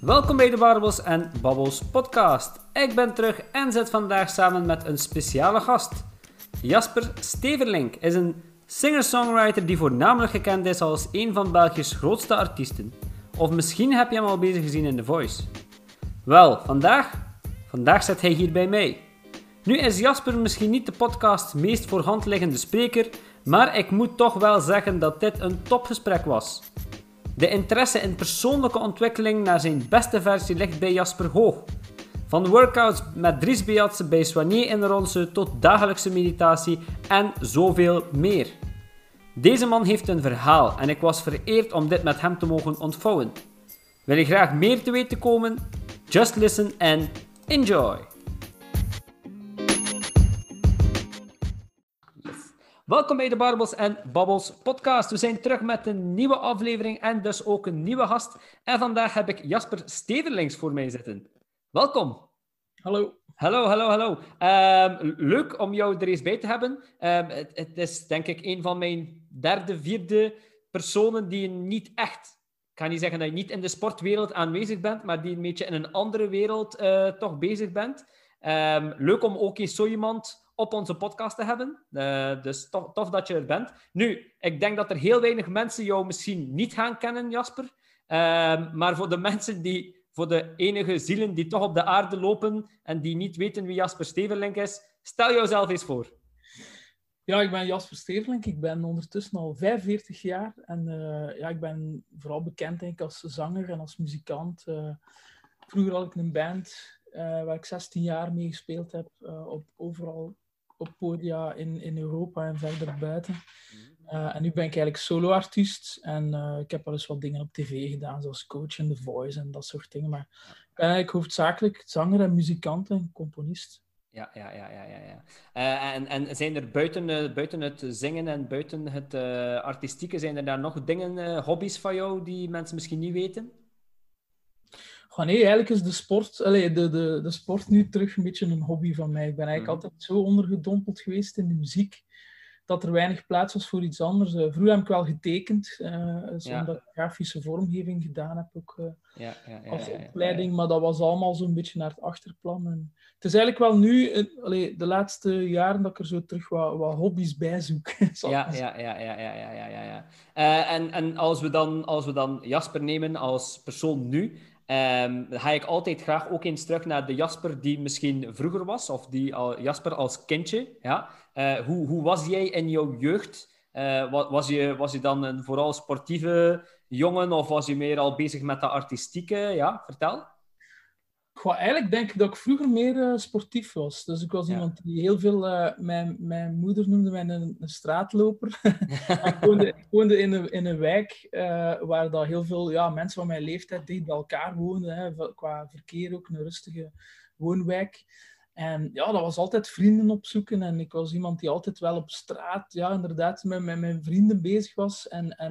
Welkom bij de Barbels en Babbels podcast. Ik ben terug en zit vandaag samen met een speciale gast. Jasper Steverlink is een singer-songwriter die voornamelijk gekend is als een van België's grootste artiesten. Of misschien heb je hem al bezig gezien in The Voice. Wel, vandaag zit hij hier bij mij. Nu is Jasper misschien niet de podcast's meest voor hand liggende spreker, maar ik moet toch wel zeggen dat dit een topgesprek was. De interesse in persoonlijke ontwikkeling naar zijn beste versie ligt bij Jasper hoog. Van workouts met Dries Beatse bij Soigné in Ronse tot dagelijkse meditatie en zoveel meer. Deze man heeft een verhaal en ik was vereerd om dit met hem te mogen ontvouwen. Wil je graag meer te weten komen? Just listen and enjoy! Welkom bij de Barbels en Babbels podcast. We zijn terug met een nieuwe aflevering en dus ook een nieuwe gast. En vandaag heb ik Jasper Steverlinks voor mij zitten. Welkom. Hallo. Hallo. Leuk om jou er eens bij te hebben. Het is denk ik een van mijn derde, vierde personen die niet echt... Ik ga niet zeggen dat je niet in de sportwereld aanwezig bent, maar die een beetje in een andere wereld toch bezig bent. Leuk om ook eens zo iemand op onze podcast te hebben. Dus tof dat je er bent. Nu, ik denk dat er heel weinig mensen jou misschien niet gaan kennen, Jasper. Maar voor de mensen voor de enige zielen die toch op de aarde lopen en die niet weten wie Jasper Steverlink is, stel jouzelf eens voor. Ja, ik ben Jasper Steverlink. Ik ben ondertussen al 45 jaar. En ik ben vooral bekend denk ik, als zanger en als muzikant. Vroeger had ik een band waar ik 16 jaar mee gespeeld heb. Overal op podia in Europa en verder buiten. En nu ben ik eigenlijk solo-artiest. En ik heb wel eens wat dingen op tv gedaan, zoals coach in The Voice en dat soort dingen. Maar ik ben eigenlijk hoofdzakelijk zanger en muzikant en componist. Ja. En zijn er buiten het zingen en buiten het artistieke, zijn er daar nog dingen, hobby's van jou, die mensen misschien niet weten? Nee, eigenlijk is de sport, de sport nu terug een beetje een hobby van mij. Ik ben eigenlijk altijd zo ondergedompeld geweest in de muziek, dat er weinig plaats was voor iets anders. Vroeger heb ik wel getekend, omdat ik grafische vormgeving gedaan heb, ook als opleiding. Maar dat was allemaal zo'n beetje naar het achterplan. En het is eigenlijk wel nu, de laatste jaren, dat ik er zo terug wat hobby's bij zoek. Ja. En als we dan Jasper nemen als persoon nu, ga ik altijd graag ook eens terug naar de Jasper die misschien vroeger was, of Jasper als kindje. Ja? Hoe was jij in jouw jeugd? Was je dan een vooral sportieve jongen, of was je meer al bezig met de artistieke? Ja, vertel. Eigenlijk denk ik dat ik vroeger meer sportief was. Dus ik was iemand die heel veel... Mijn moeder noemde mij een straatloper. Ik woonde in een wijk waar dat heel veel mensen van mijn leeftijd dicht bij elkaar woonden. Qua verkeer ook een rustige woonwijk. En dat was altijd vrienden opzoeken. En ik was iemand die altijd wel op straat, inderdaad, met mijn vrienden bezig was.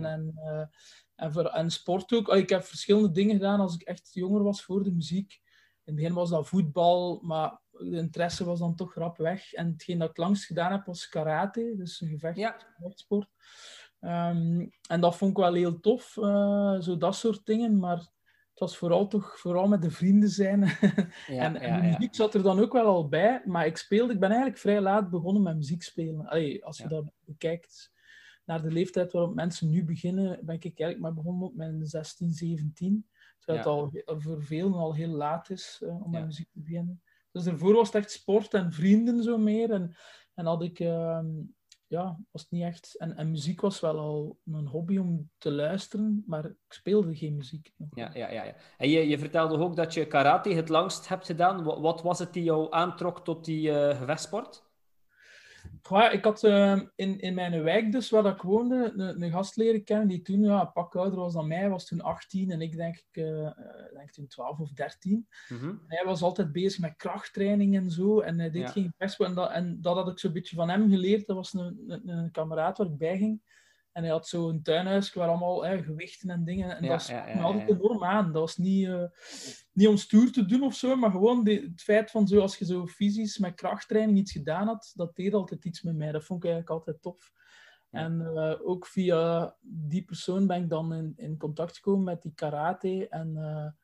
En sport ook. Ik heb verschillende dingen gedaan als ik echt jonger was voor de muziek. In het begin was dat voetbal, maar de interesse was dan toch rap weg. En hetgeen dat ik langst gedaan heb, was karate. Dus een gevechtsport. En dat vond ik wel heel tof, zo dat soort dingen. Maar het was vooral met de vrienden zijn. En de muziek zat er dan ook wel al bij. Maar ik ben eigenlijk vrij laat begonnen met muziek spelen. Als je dat bekijkt naar de leeftijd waarop mensen nu beginnen, ben ik eigenlijk maar begonnen op mijn 16, 17. Terwijl het al voor velen al heel laat is om met muziek te beginnen. Dus daarvoor was het echt sport en vrienden zo meer. En had ik... was het niet echt... En muziek was wel al een hobby om te luisteren, maar ik speelde geen muziek. Ja. En je vertelde ook dat je karate het langst hebt gedaan. Wat was het die jou aantrok tot die gevechtsport? Ik had in mijn wijk dus, waar ik woonde, een gast leren kennen die toen een pak ouder was dan mij. Was toen 18 en ik denk toen 12 of 13. En hij was altijd bezig met krachttraining en zo. En hij deed geen gevechtsport. En dat had ik zo'n beetje van hem geleerd. Dat was een kameraad waar ik bij ging. En hij had zo'n tuinhuis waar allemaal gewichten en dingen. En dat sprak me altijd enorm aan. Dat was niet om stoer te doen of zo, maar gewoon het feit van zo, als je zo fysisch met krachttraining iets gedaan had, dat deed altijd iets met mij. Dat vond ik eigenlijk altijd tof. Ja. En ook via die persoon ben ik dan in contact gekomen met die karate. En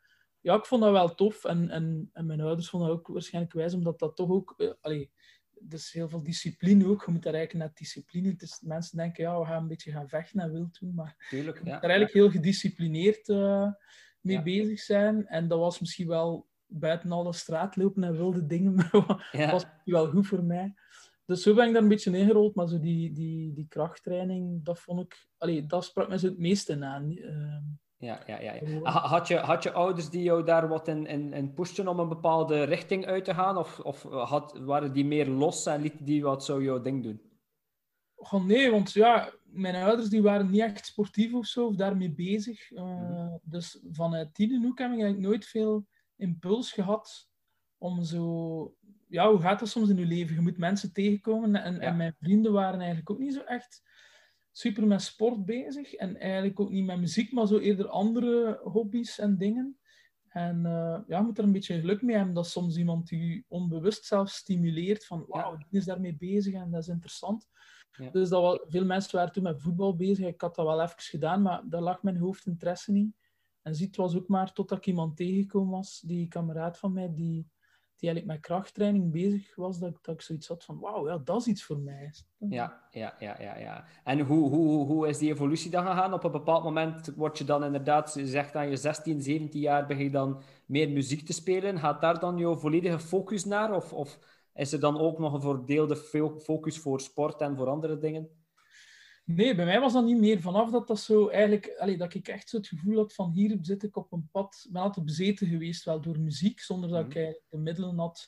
ja, ik vond dat wel tof. En mijn ouders vonden dat ook waarschijnlijk wijs, omdat dat toch ook... dus heel veel discipline ook. Je moet daar eigenlijk net discipline... Het is, mensen denken, ja, we gaan een beetje gaan vechten en wild doen, maar Tuurlijk, je moet ja. daar eigenlijk heel gedisciplineerd mee Ja. bezig zijn. En dat was misschien wel buiten alle straatlopen en wilde dingen, maar was misschien wel goed voor mij. Dus zo ben ik daar een beetje ingerold, maar zo die krachttraining, dat vond ik... dat sprak mij zo het meeste aan. Ja. Had je ouders die jou daar wat in pushten om een bepaalde richting uit te gaan? Of waren die meer los en lieten die wat zo jouw ding doen? Oh, nee, want ja, mijn ouders die waren niet echt sportief of zo, of daarmee bezig. Dus vanuit die hoek heb ik eigenlijk nooit veel impuls gehad om zo... Ja, hoe gaat dat soms in je leven? Je moet mensen tegenkomen. En mijn vrienden waren eigenlijk ook niet zo echt super met sport bezig. En eigenlijk ook niet met muziek, maar zo eerder andere hobby's en dingen. En je moet er een beetje geluk mee hebben dat soms iemand je onbewust zelf stimuleert van wauw, die is daarmee bezig en dat is interessant. Ja. Dus veel mensen waren toen met voetbal bezig. Ik had dat wel even gedaan, maar daar lag mijn hoofdinteresse niet. En het was ook maar totdat ik iemand tegengekomen was, die kameraad van mij, die eigenlijk met krachttraining bezig was, dat ik zoiets had van wauw, ja, dat is iets voor mij. Ja. En hoe is die evolutie dan gegaan? Op een bepaald moment word je dan inderdaad, je zegt aan je 16, 17 jaar begin je dan meer muziek te spelen. Gaat daar dan jouw volledige focus naar? Of is er dan ook nog een verdeelde focus voor sport en voor andere dingen? Nee, bij mij was dat niet meer. Vanaf dat zo eigenlijk... dat ik echt zo het gevoel had van hier zit ik op een pad. Ik ben altijd bezeten geweest wel door muziek, zonder dat ik eigenlijk de middelen had.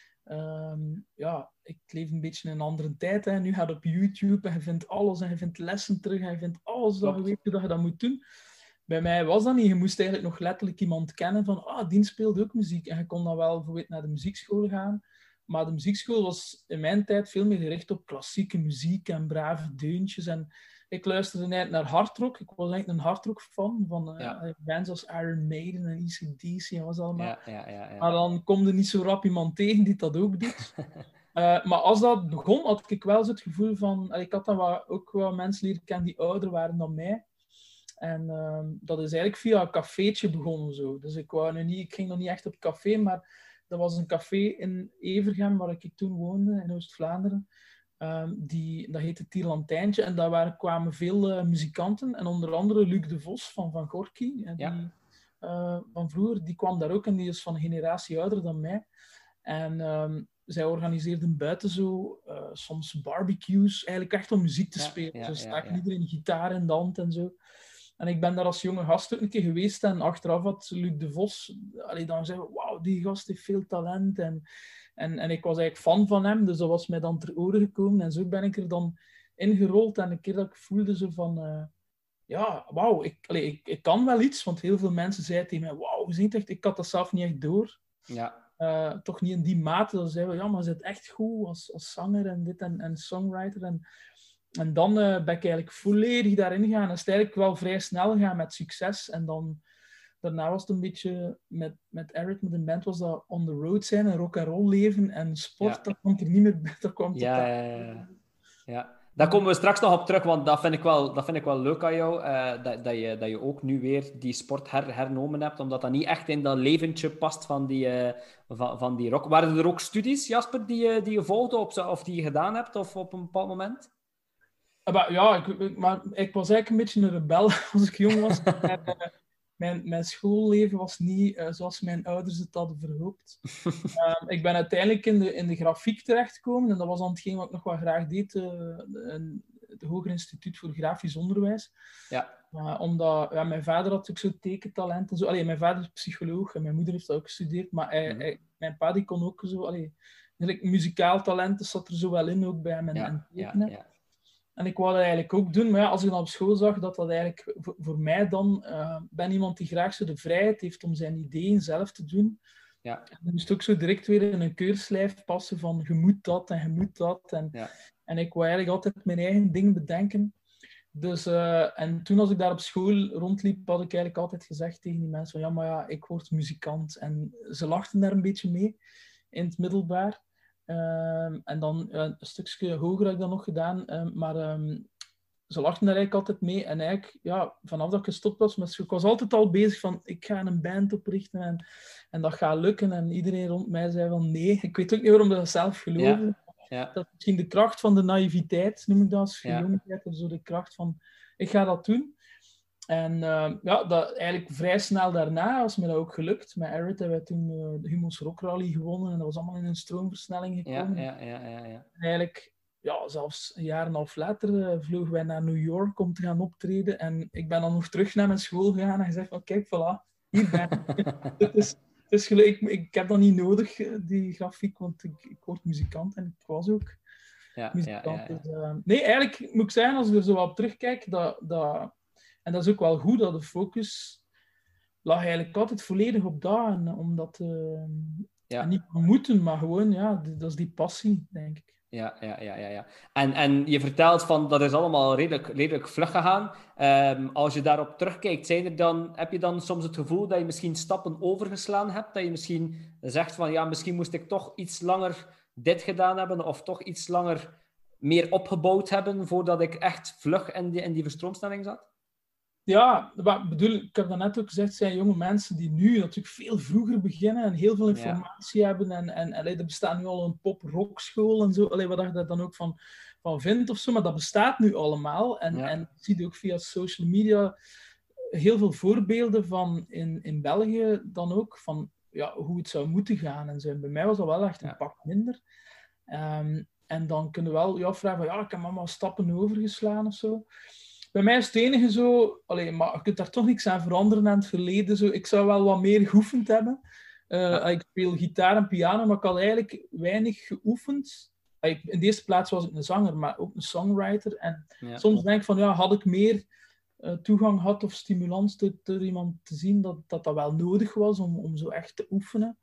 Ik leef een beetje in een andere tijd. Hè. Nu gaat op YouTube en je vindt alles en je vindt lessen terug en je vindt alles dat je weet dat je dat moet doen. Bij mij was dat niet. Je moest eigenlijk nog letterlijk iemand kennen van die speelde ook muziek. En je kon dan wel bijvoorbeeld naar de muziekschool gaan. Maar de muziekschool was in mijn tijd veel meer gericht op klassieke muziek en brave deuntjes. En ik luisterde eigenlijk naar hardrock. Ik was eigenlijk een hardrock-fan van bands als Iron Maiden en AC/DC en wat allemaal. Ja. Maar dan kom er niet zo rap iemand tegen die dat ook doet. Maar als dat begon, had ik wel zo het gevoel van... Ik had dan ook wel mensen leren kennen die ouder waren dan mij. En dat is eigenlijk via een cafeetje begonnen. Zo. Dus ik ging nog niet echt op café, maar... Dat was een café in Evergem, waar ik toen woonde, in Oost-Vlaanderen. Dat heette Tierlantijntje. En daar kwamen veel muzikanten. En onder andere Luc de Vos van Gorky. Van vroeger, die kwam daar ook. En die is van een generatie ouder dan mij. En zij organiseerden buiten zo soms barbecues. Eigenlijk echt om muziek te spelen. Zo staken iedereen gitaar in de hand en zo. En ik ben daar als jonge gast ook een keer geweest en achteraf had Luc de Vos dan zei, wauw, die gast heeft veel talent. En ik was eigenlijk fan van hem, dus dat was mij dan ter oren gekomen. En zo ben ik er dan ingerold en een keer dat ik voelde zo van, wauw, ik kan wel iets. Want heel veel mensen zeiden tegen mij, wauw, je zingt echt, ik had dat zelf niet echt door. Ja. Toch niet in die mate. Dan zeiden we, ja, maar je zit echt goed als zanger en dit en songwriter. En dan ben ik eigenlijk volledig daarin gegaan. En is het eigenlijk wel vrij snel gegaan met succes. En dan, daarna was het een beetje met Eric, met een band, was dat on the road zijn en rock-and-roll leven. En sport, dat kwam er niet meer bij. Dat kwam Ja. Daar komen we straks nog op terug, want dat vind ik wel leuk aan jou. Dat je ook nu weer die sport hernomen hebt, omdat dat niet echt in dat leventje past van die rock. Waren er ook studies, Jasper, die je volgde of die je gedaan hebt of op een bepaald moment? Maar ik was eigenlijk een beetje een rebel als ik jong was. Mijn schoolleven was niet zoals mijn ouders het hadden verhoopt. Ik ben uiteindelijk in de grafiek terechtgekomen. En dat was dan hetgeen wat ik nog wat graag deed. Het Hoger Instituut voor Grafisch Onderwijs. Ja. Omdat mijn vader had ook zo'n tekentalent. En zo. Mijn vader is psycholoog en mijn moeder heeft dat ook gestudeerd. Maar mijn pa die kon ook zo... muzikaal talent zat er zo wel in, ook bij hem. En tekenen. Ja. En ik wou dat eigenlijk ook doen, maar ja, als ik dan op school zag dat eigenlijk voor mij dan... ben iemand die graag zo de vrijheid heeft om zijn ideeën zelf te doen. Ja. En dan moest ook zo direct weer in een keurslijf passen van je moet dat en je moet dat. En ik wou eigenlijk altijd mijn eigen ding bedenken. Dus, en toen als ik daar op school rondliep, had ik eigenlijk altijd gezegd tegen die mensen van ik word muzikant. En ze lachten daar een beetje mee in het middelbaar. En dan een stukje hoger heb ik dat nog gedaan. Maar ze lachten daar eigenlijk altijd mee. En eigenlijk, ja, vanaf dat ik gestopt was met school, ik was altijd al bezig van, ik ga een band oprichten en dat gaat lukken. En iedereen rond mij zei van, nee. Ik weet ook niet waarom dat zelf geloofde. Dat is misschien de kracht van de naïviteit, noem ik dat, als je jong bent. Of zo de kracht van, ik ga dat doen. En dat, eigenlijk vrij snel daarna was me dat ook gelukt. Met Arid hebben wij toen de Humo's Rock Rally gewonnen. En dat was allemaal in een stroomversnelling gekomen. En eigenlijk, zelfs een jaar en een half later vlogen wij naar New York om te gaan optreden. En ik ben dan nog terug naar mijn school gegaan en gezegd van, kijk, voilà, hier ben ik. Ik heb dat niet nodig, die grafiek, want ik word muzikant en ik was ook muzikant. Dus, nee, eigenlijk moet ik zeggen, als ik er zo op terugkijk, en dat is ook wel goed, dat de focus lag eigenlijk altijd volledig op dat. En omdat niet moeten, maar gewoon, dat is die passie, denk ik. Ja. En je vertelt van, dat is allemaal redelijk vlug gegaan. Als je daarop terugkijkt, heb je dan soms het gevoel dat je misschien stappen overgeslaan hebt? Dat je misschien zegt van, misschien moest ik toch iets langer dit gedaan hebben, of toch iets langer meer opgebouwd hebben, voordat ik echt vlug in die verstroomstelling zat? Ja, ik heb daarnet ook gezegd, het zijn jonge mensen die nu natuurlijk veel vroeger beginnen en heel veel informatie hebben. En er bestaat nu al een pop-rock-school en zo, wat je daar dan ook van vindt of zo, maar dat bestaat nu allemaal. En je ziet ook via social media heel veel voorbeelden van in België dan ook, van hoe het zou moeten gaan en zo. En bij mij was dat wel echt een pak minder. En dan kunnen we wel afvragen van, ik heb allemaal stappen overgeslaan of zo. Bij mij is het enige zo... maar je kunt daar toch niks aan veranderen aan het verleden. Zo. Ik zou wel wat meer geoefend hebben. Ik speel gitaar en piano, maar ik had eigenlijk weinig geoefend. In de eerste plaats was ik een zanger, maar ook een songwriter. En soms denk ik van, had ik meer toegang gehad of stimulans door iemand te zien dat wel nodig was om zo echt te oefenen.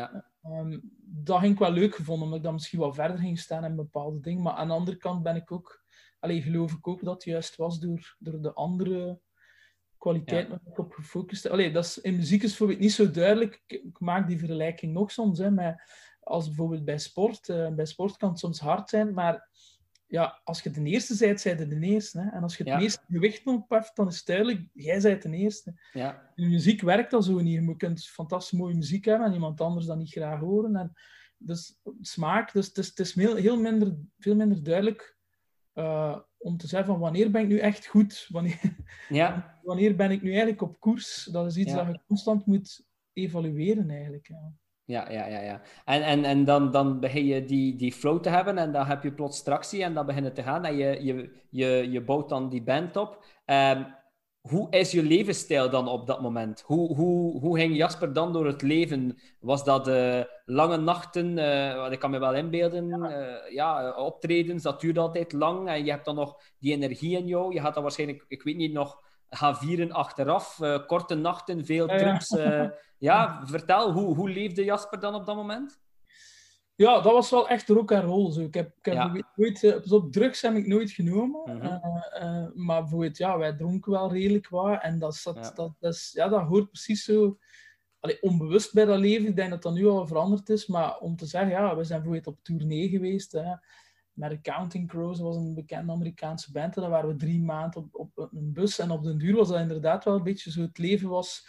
Dat ging ik wel leuk gevonden, omdat ik dan misschien wat verder ging staan in bepaalde dingen. Maar aan de andere kant ben ik ook... geloof ik ook dat het juist was door de andere kwaliteit waar ik op gefocust heb. In muziek is bijvoorbeeld niet zo duidelijk. Ik maak die vergelijking nog soms, als bijvoorbeeld bij sport. Bij sport kan het soms hard zijn, maar als je de eerste bent, zijn je de eerste. Hè? En als je het meeste gewicht opheft, dan is het duidelijk, jij bent de eerste. In muziek werkt dat zo niet. Je kunt fantastisch mooie muziek hebben en iemand anders dat niet graag horen. En dus smaak, dus het is veel minder duidelijk om te zeggen van wanneer ben ik nu echt goed, wanneer ben ik nu eigenlijk op koers. Dat is iets dat je constant moet evalueren eigenlijk. Ja. En dan begin je die flow te hebben en dan heb je plots tractie en dan begint het te gaan en je bouwt dan die band op. Hoe is je levensstijl dan op dat moment? Hoe ging Jasper dan door het leven? Was dat lange nachten? Ik kan me wel inbeelden. Optredens, dat duurt altijd lang. En je hebt dan nog die energie in jou. Je gaat dan waarschijnlijk, ik weet niet, nog gaan vieren achteraf. Korte nachten, veel trips. Vertel, hoe leefde Jasper dan op dat moment? Ja, dat was wel echt rock and roll. Zo. Ik heb nooit, op drugs heb ik nooit genomen. Maar bijvoorbeeld, wij dronken wel redelijk wat. En dat hoort precies zo onbewust bij dat leven. Ik denk dat dat nu al veranderd is. Maar om te zeggen, we zijn bijvoorbeeld op tournee geweest. Met de Counting Crows, dat was een bekende Amerikaanse band. En daar waren we 3 maanden op een bus. En op den duur was dat inderdaad wel een beetje zo. Het leven was...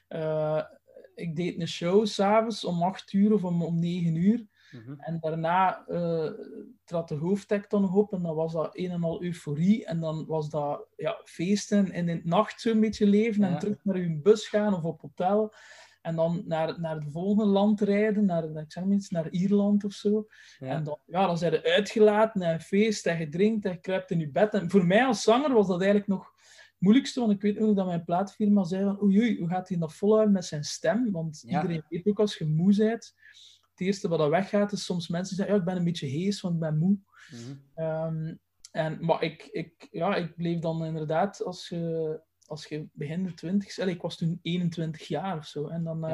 ik deed een show s'avonds om 8 uur of om 9 uur. En daarna trad de hoofdact dan nog op en dan was dat een en al euforie en dan was dat feesten en in de nacht zo'n beetje leven en terug naar uw bus gaan of op hotel en dan naar het volgende land rijden, naar Ierland of zo. En dan zijn je uitgelaten en een feest en je drinkt en je kruipt in je bed. En voor mij als zanger was dat eigenlijk nog het moeilijkste, want ik weet nog dat mijn plaatfirma zei van oei, hoe gaat hij dat volhouden met zijn stem? Want iedereen weet ook als je moe bent. Het eerste wat dat weggaat is soms mensen die zeggen, ik ben een beetje hees, want ik ben moe. Maar ik bleef dan inderdaad, als je begin de 20, ik was toen 21 jaar of zo, en dan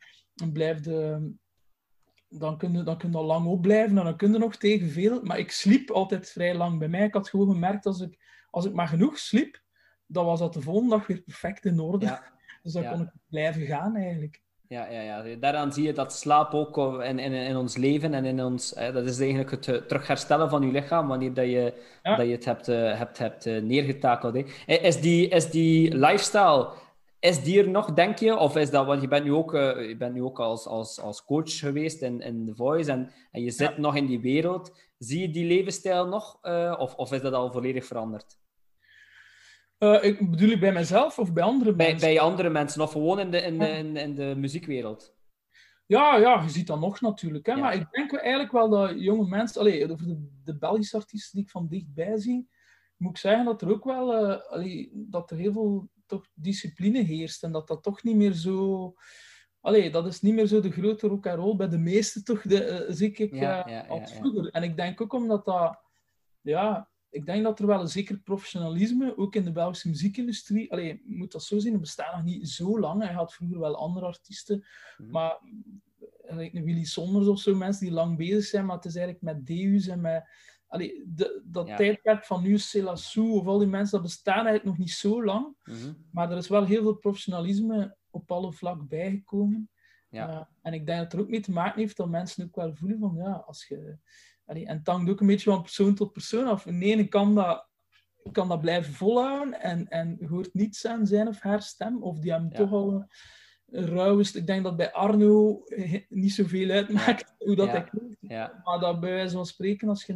dan kun je al lang opblijven en dan kun je nog tegen veel, maar ik sliep altijd vrij lang bij mij. Ik had gewoon gemerkt, als ik maar genoeg sliep, dan was dat de volgende dag weer perfect in orde. Dus dan kon ik blijven gaan eigenlijk. Ja. Daaraan zie je dat slaap ook in ons leven en in ons... dat is eigenlijk het terug herstellen van je lichaam wanneer dat je het hebt neergetakeld. Hè. Is die lifestyle... Is die er nog, denk je? Of is dat... Want je bent nu ook als coach geweest in The Voice en je zit nog in die wereld. Zie je die levensstijl nog? Of is dat al volledig veranderd? Bedoel je bij mezelf of bij andere mensen? Bij andere mensen, of gewoon in de muziekwereld? Ja, je ziet dat nog natuurlijk. Hè? Ja. Maar ik denk eigenlijk wel dat jonge mensen... over de Belgische artiesten die ik van dichtbij zie, moet ik zeggen dat er ook wel... dat er heel veel toch discipline heerst. En dat toch niet meer zo... dat is niet meer zo de grote rock and roll bij de meesten, toch? Zie ik als vroeger. En ik denk ook omdat dat... Ik denk dat er wel een zeker professionalisme, ook in de Belgische muziekindustrie... je moet dat zo zien, het bestaat nog niet zo lang. Hij had vroeger wel andere artiesten. Maar een Willy Sonders of zo, mensen die lang bezig zijn. Maar het is eigenlijk met Deus en met... dat tijdperk van nu, Célassou of al die mensen, dat bestaan eigenlijk nog niet zo lang. Maar er is wel heel veel professionalisme op alle vlakken bijgekomen. En ik denk dat het er ook mee te maken heeft dat mensen ook wel voelen van... als je... En het hangt ook een beetje van persoon tot persoon af. De ene kan dat blijven volhouden en hoort niets aan zijn of haar stem. Of die hebben toch al een rauwest. Ik denk dat bij Arno niet zoveel uitmaakt hoe dat hij klinkt. Maar dat bij wijze van spreken, als je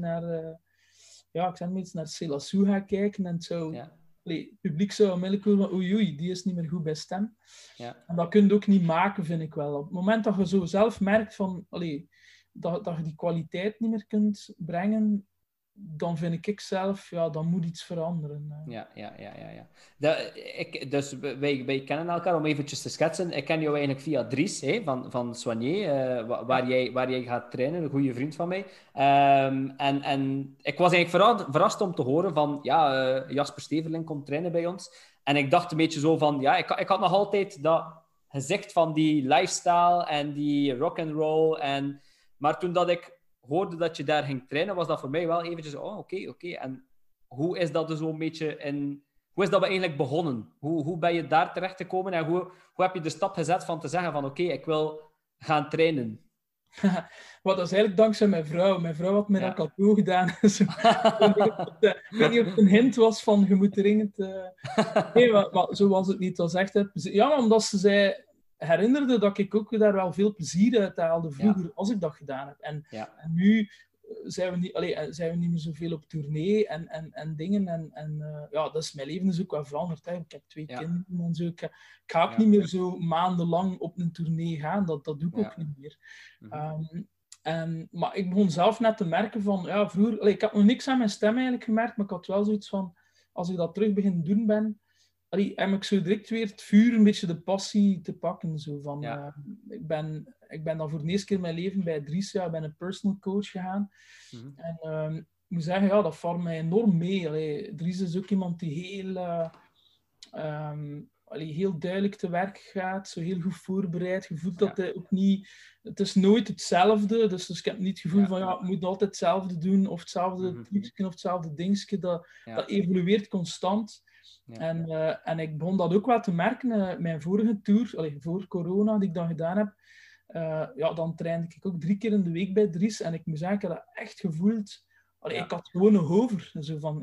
naar Célassou gaat kijken en het zou... het publiek zou onmiddellijk willen van oei, die is niet meer goed bij stem. En dat kun je ook niet maken, vind ik wel. Op het moment dat je zo zelf merkt van... Dat je die kwaliteit niet meer kunt brengen, dan vind ik zelf, dan moet iets veranderen. Ja. Dus wij kennen elkaar, om eventjes te schetsen. Ik ken jou eigenlijk via Dries, van Soigné, waar jij gaat trainen, een goede vriend van mij. En ik was eigenlijk verrast om te horen van, Jasper Steverlink komt trainen bij ons. En ik dacht een beetje zo van, ik had nog altijd dat gezicht van die lifestyle en die rock and roll maar toen dat ik hoorde dat je daar ging trainen, was dat voor mij wel eventjes... Oké. En hoe is dat dus zo'n beetje hoe is dat eigenlijk begonnen? Hoe ben je daar terecht gekomen? En hoe heb je de stap gezet van te zeggen van... Oké, ik wil gaan trainen. Dat is eigenlijk dankzij mijn vrouw. Mijn vrouw had mij dat al toegedaan. Ik weet niet of het een hint was van... Je moet dringend... Nee, maar zo was het niet. Dat was echt... maar omdat ze zei... herinnerde dat ik ook daar wel veel plezier uit haalde vroeger als ik dat gedaan heb. En nu zijn we niet meer zoveel op tournee en dingen. Dat is mijn leven is ook wel veranderd. Hè. Ik heb 2 kinderen en zo. Ik ga ook niet meer zo maandenlang op een tournee gaan. Dat doe ik ook niet meer. Maar ik begon zelf net te merken van... vroeger... ik had nog niks aan mijn stem eigenlijk gemerkt, maar ik had wel zoiets van... Als ik dat terug begin te doen ben... heb ik zo direct weer het vuur, een beetje de passie te pakken. Zo van, ik ben dan voor de eerste keer in mijn leven bij Dries, ben een personal coach gegaan. En ik moet zeggen, dat valt mij enorm mee. Dries is ook iemand die heel duidelijk te werk gaat, zo heel goed voorbereid. Je voelt dat hij ook niet... Het is nooit hetzelfde, dus ik heb niet het gevoel van, ik moet altijd hetzelfde doen, of hetzelfde trucje, of hetzelfde dingetje. Dat evolueert constant. En ik begon dat ook wel te merken. Mijn vorige tour, voor corona, die ik dan gedaan heb, dan trainde ik ook 3 keer in de week bij Dries. En ik moet zeggen, ik heb dat echt gevoeld. Ik had gewoon een hover. Zo van,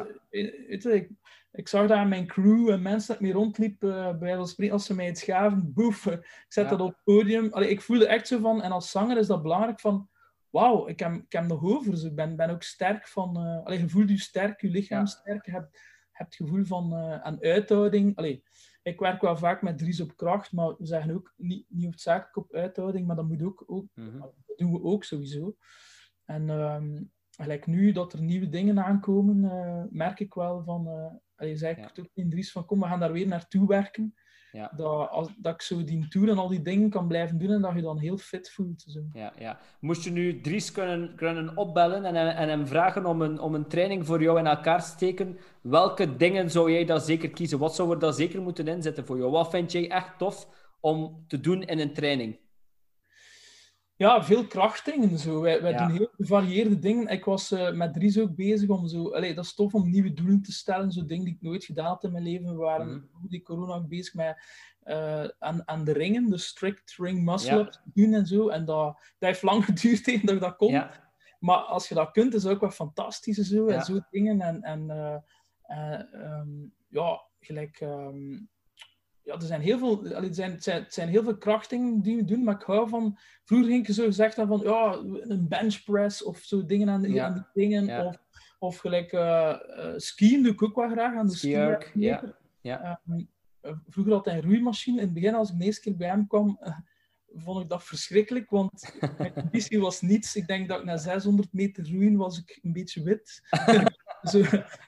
ik zag dat aan mijn crew en mensen dat mee rondliep, bij wijze van spreken, als ze mij iets gaven, boef, ik zet dat op het podium. Ik voelde echt zo van, en als zanger is dat belangrijk van, wauw, ik heb nog over. Dus ik ben ook sterk van, je voelt je sterk, je lichaam sterk, je hebt het gevoel van aan uithouding. Ik werk wel vaak met Dries op kracht, maar we zeggen ook niet hoofdzakelijk op uithouding, maar dat moet ook dat doen we ook sowieso. En gelijk nu dat er nieuwe dingen aankomen, merk ik wel van... zei ik ook in Dries van, kom, we gaan daar weer naartoe werken. Dat ik zo die tour en al die dingen kan blijven doen en dat je dan heel fit voelt. Zo. Moest je nu Dries kunnen opbellen en hem vragen om een training voor jou in elkaar te steken, welke dingen zou jij dan zeker kiezen? Wat zou er dan zeker moeten inzetten voor jou? Wat vind jij echt tof om te doen in een training? Ja, veel krachtdingen. Zo. Wij Ja. doen heel gevarieerde dingen. Ik was met Dries ook bezig om zo... Allee, dat is tof om nieuwe doelen te stellen. Zo dingen die ik nooit gedaan had in mijn leven. We waren voor die corona ook bezig met aan de ringen. De strict ring muscle-ups doen en zo. En dat heeft lang geduurd tegen dat ik dat kon. Ja. Maar als je dat kunt, is het ook wel fantastisch. Zo, en zo dingen. Ja, gelijk... Ja, er zijn heel veel, het zijn heel veel krachtdingen die we doen, maar ik hou van... Vroeger ging je zo gezegd van, ja, een benchpress of zo dingen aan die dingen. Ja. Of gelijk skiën doe ik ook wel graag aan de ski. Vroeger had hij een roeimachine. In het begin, als ik de eerste keer bij hem kwam, vond ik dat verschrikkelijk, want mijn conditie was niets. Ik denk dat ik na 600 meter roeien was ik een beetje wit. Zo,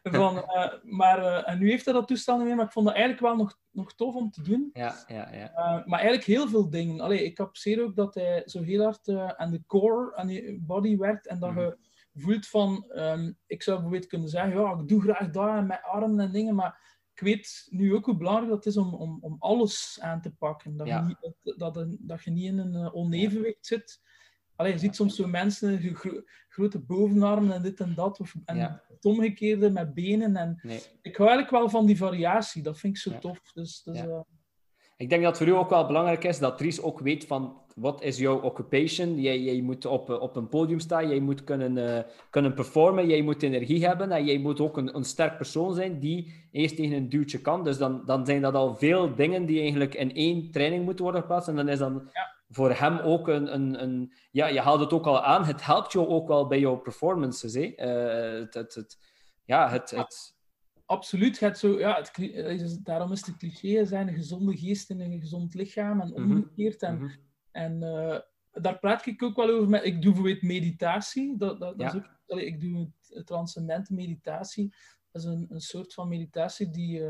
en nu heeft hij dat toestel niet meer, maar ik vond dat eigenlijk wel nog tof om te doen. Maar eigenlijk heel veel dingen. Allee, ik apprecieer ook dat hij zo heel hard aan de core, aan je body werkt en dat je voelt van... ik zou bijvoorbeeld kunnen zeggen, ja, ik doe graag dat met armen en dingen, maar ik weet nu ook hoe belangrijk dat is om alles aan te pakken. Dat je niet in een onevenwicht zit. Allee, je ziet soms zo mensen, grote bovenarmen en dit en dat. En het omgekeerde met benen. Ik hou eigenlijk wel van die variatie. Dat vind ik zo tof. Dus, ik denk dat het voor u ook wel belangrijk is dat Dries ook weet van wat is jouw occupation. Jij moet op een podium staan, jij moet kunnen performen, jij moet energie hebben en jij moet ook een sterk persoon zijn die eerst tegen een duwtje kan. Dus dan zijn dat al veel dingen die eigenlijk in één training moeten worden geplaatst. En dan is dan... voor hem ook je haalt het ook al aan, het helpt jou ook wel bij jouw performances. Absoluut. Daarom is het cliché, zijn een gezonde geest in een gezond lichaam en omgekeerd. Daar praat ik ook wel over. Ik doe bijvoorbeeld meditatie. Dat is ook, ik doe transcendente meditatie. Dat is een soort van meditatie die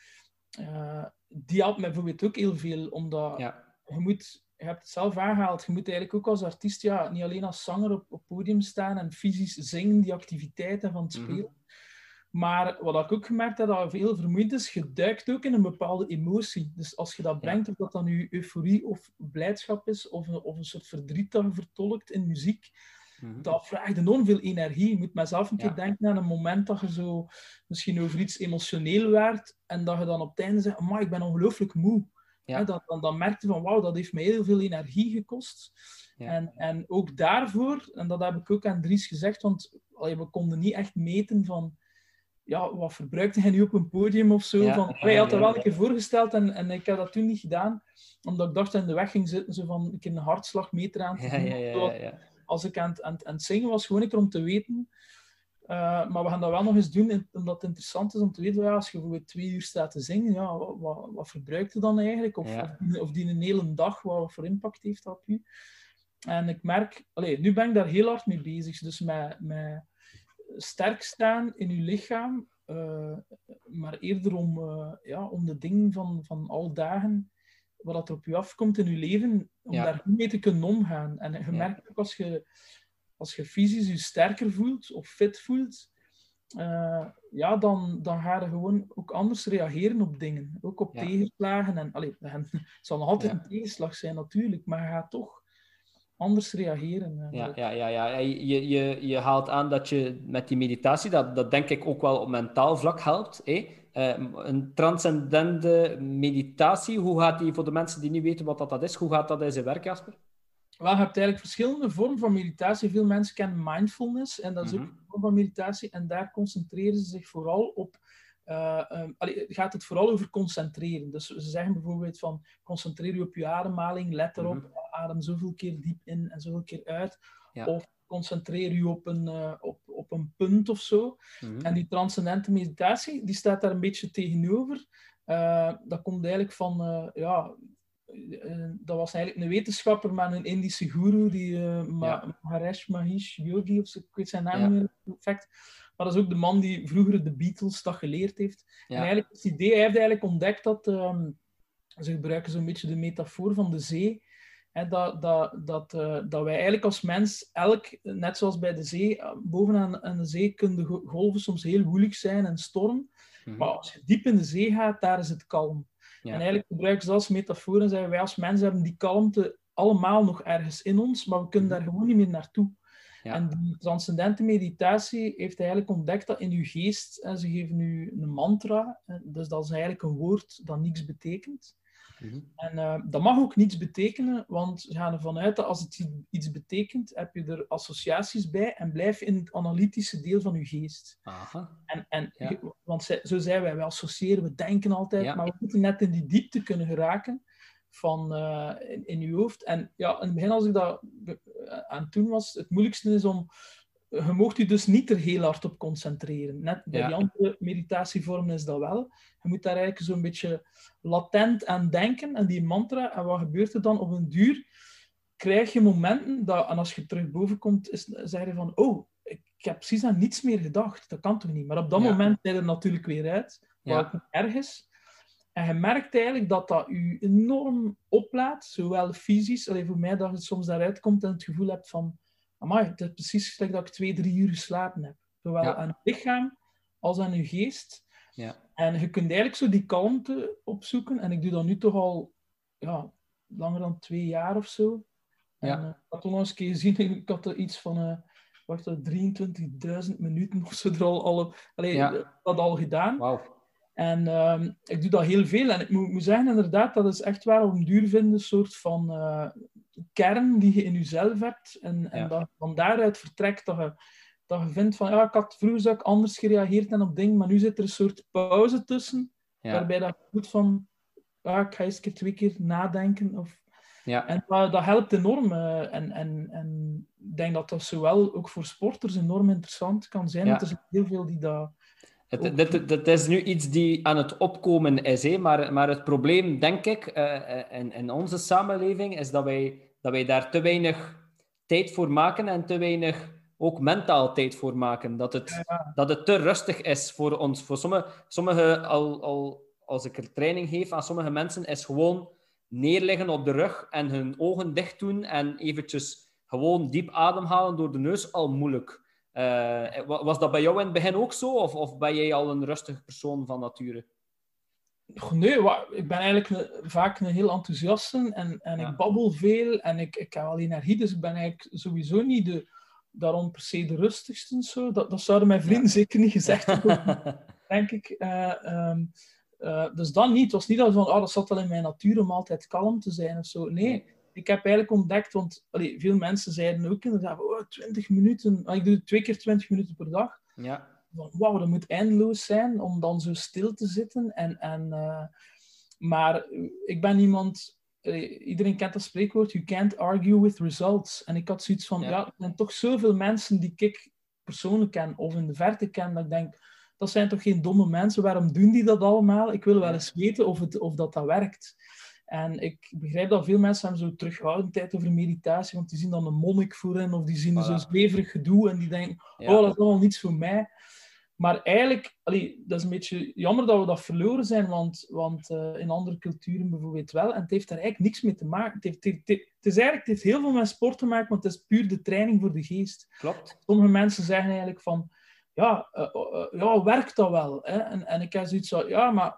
helpt mij bijvoorbeeld ook heel veel, omdat je hebt het zelf aangehaald, je moet eigenlijk ook als artiest, niet alleen als zanger op podium staan en fysisch zingen, die activiteiten van het spelen. Maar wat ik ook gemerkt heb, dat veel vermoeiend is, je duikt ook in een bepaalde emotie. Dus als je dat brengt, of dat dan je euforie of blijdschap is, of een soort verdriet dat je vertolkt in muziek, dat vraagt enorm veel energie. Je moet mezelf een keer denken aan een moment dat je zo misschien over iets emotioneel werd, en dat je dan op het einde zegt, amai, ik ben ongelooflijk moe. Dan merk je van, wauw, dat heeft mij heel veel energie gekost. En ook daarvoor, en dat heb ik ook aan Dries gezegd, want we konden niet echt meten van, wat verbruikte hij nu op een podium of zo. Hij had dat wel een keer voorgesteld en ik heb dat toen niet gedaan, omdat ik dacht dat in de weg ging zitten, zo van een keer een hartslagmeter aan te doen. Als ik aan het zingen was, gewoon een keer om te weten. Maar we gaan dat wel nog eens doen, omdat het interessant is om te weten, als je bijvoorbeeld 2 uur staat te zingen, wat verbruikt je dan eigenlijk? Of die een hele dag, wat voor impact heeft dat op je? En ik merk, nu ben ik daar heel hard mee bezig. Dus met sterk staan in je lichaam, maar eerder om de dingen van alle dagen, wat er op je afkomt in je leven, om daar goed mee te kunnen omgaan. En je merkt ook als je fysisch je sterker voelt of fit voelt, dan ga je gewoon ook anders reageren op dingen. Ook op tegenslagen. Het zal nog altijd een tegenslag zijn natuurlijk, maar je gaat toch anders reageren. Je haalt aan dat je met die meditatie, dat denk ik ook wel op mentaal vlak helpt. Een transcendente meditatie, hoe gaat die, voor de mensen die niet weten wat dat is, hoe gaat dat in zijn werk, Jasper? Wel, je hebt eigenlijk verschillende vormen van meditatie. Veel mensen kennen mindfulness, en dat is ook een vorm van meditatie. En daar concentreren ze zich vooral op... gaat het vooral over concentreren. Dus ze zeggen bijvoorbeeld van, concentreer je op je ademhaling, let erop, adem zoveel keer diep in en zoveel keer uit. Of concentreer je op een punt of zo. En die transcendente meditatie, die staat daar een beetje tegenover. Dat komt eigenlijk van... dat was eigenlijk een wetenschapper, maar een Indische guru, die Mahesh Yogi, of zo, ik weet zijn naam niet meer perfect. Maar dat is ook de man die vroeger de Beatles dat geleerd heeft. En eigenlijk het idee, hij heeft eigenlijk ontdekt dat, ze gebruiken zo'n beetje de metafoor van de zee, dat wij eigenlijk als mens, net zoals bij de zee, bovenaan de zee kunnen de golven soms heel woelig zijn en storm. Maar als je diep in de zee gaat, daar is het kalm. En eigenlijk gebruiken ze dat als metafoor en zeggen wij als mensen hebben die kalmte allemaal nog ergens in ons, maar we kunnen daar gewoon niet meer naartoe. Ja. En die transcendente meditatie heeft eigenlijk ontdekt dat in je geest, en ze geven u een mantra, dus dat is eigenlijk een woord dat niets betekent. En dat mag ook niets betekenen, want ze gaan ervan uit dat als het iets betekent, heb je er associaties bij en blijf je in het analytische deel van je geest. Aha. Want zo zijn wij associëren, we denken altijd, maar we moeten net in die diepte kunnen geraken in je hoofd. En ja, in het begin als ik dat aan het doen was, het moeilijkste is om... Je mocht je dus niet er heel hard op concentreren. Net bij die andere meditatievormen is dat wel. Je moet daar eigenlijk zo'n beetje latent aan denken, aan die mantra. En wat gebeurt er dan? Op een duur krijg je momenten dat, en als je terug boven komt, zeg je van, oh, ik heb precies aan niets meer gedacht. Dat kan toch niet? Maar op dat moment ben je er natuurlijk weer uit, wat ook niet erg is. En je merkt eigenlijk dat dat je enorm oplaadt, zowel fysisch, voor mij dat je soms daaruit komt en het gevoel hebt van, amai, het is precies gelijk dat ik 2-3 uur geslapen heb. Zowel aan het lichaam als aan je geest. Ja. En je kunt eigenlijk zo die kalmte opzoeken. En ik doe dat nu toch al langer dan 2 jaar of zo. En ik had toen nog eens een keer gezien, ik had er iets van 23.000 minuten of zo dat al gedaan. Wow. En ik doe dat heel veel. En ik moet zeggen, inderdaad, dat is echt waar op een duur vinden, een soort van kern die je in jezelf hebt. En dat van daaruit vertrekt dat je vindt van, ik had vroeger ook anders gereageerd en op dingen, maar nu zit er een soort pauze tussen, waarbij dat goed van, ik ga eens 2 keer nadenken. En dat helpt enorm. En ik denk dat dat zowel ook voor sporters enorm interessant kan zijn, want er zijn heel veel die dat... Dat is nu iets die aan het opkomen is, hè? Maar het probleem, denk ik, in onze samenleving, is dat wij daar te weinig tijd voor maken en te weinig ook mentaal tijd voor maken. Dat het te rustig is voor ons. Voor sommige als ik er training geef aan sommige mensen, is gewoon neerliggen op de rug en hun ogen dicht doen en eventjes gewoon diep ademhalen door de neus al moeilijk. Was dat bij jou in het begin ook zo? Of ben jij al een rustige persoon van nature? Nee, ik ben eigenlijk vaak een heel enthousiaste en ik babbel veel en ik heb wel energie, dus ik ben eigenlijk sowieso niet daarom per se de rustigste. Zo. Dat zouden mijn vrienden zeker niet gezegd hebben, denk ik. Dus dat niet. Het was niet dat dat zat wel in mijn natuur om altijd kalm te zijn of zo. Nee. Ik heb eigenlijk ontdekt, want veel mensen zeiden ook inderdaad, 20 minuten, ik doe het 2 keer 20 minuten per dag. Ja. Wauw, dat moet eindeloos zijn om dan zo stil te zitten. Maar ik ben iemand, iedereen kent dat spreekwoord, you can't argue with results. En ik had zoiets van, er zijn toch zoveel mensen die ik persoonlijk ken of in de verte ken, dat ik denk, dat zijn toch geen domme mensen, waarom doen die dat allemaal? Ik wil wel eens weten of dat werkt. En ik begrijp dat veel mensen hebben zo terughoudendheid over meditatie, want die zien dan een monnik voor hen, of die zien zo'n zweverig gedoe en die denken, dat is allemaal niets voor mij. Maar eigenlijk, dat is een beetje jammer dat we dat verloren zijn, want in andere culturen bijvoorbeeld wel, en het heeft daar eigenlijk niks mee te maken. Het heeft heel veel met sport te maken, want het is puur de training voor de geest. Klopt. Sommige mensen zeggen eigenlijk van, werkt dat wel? Hè? En ik heb zoiets van, maar...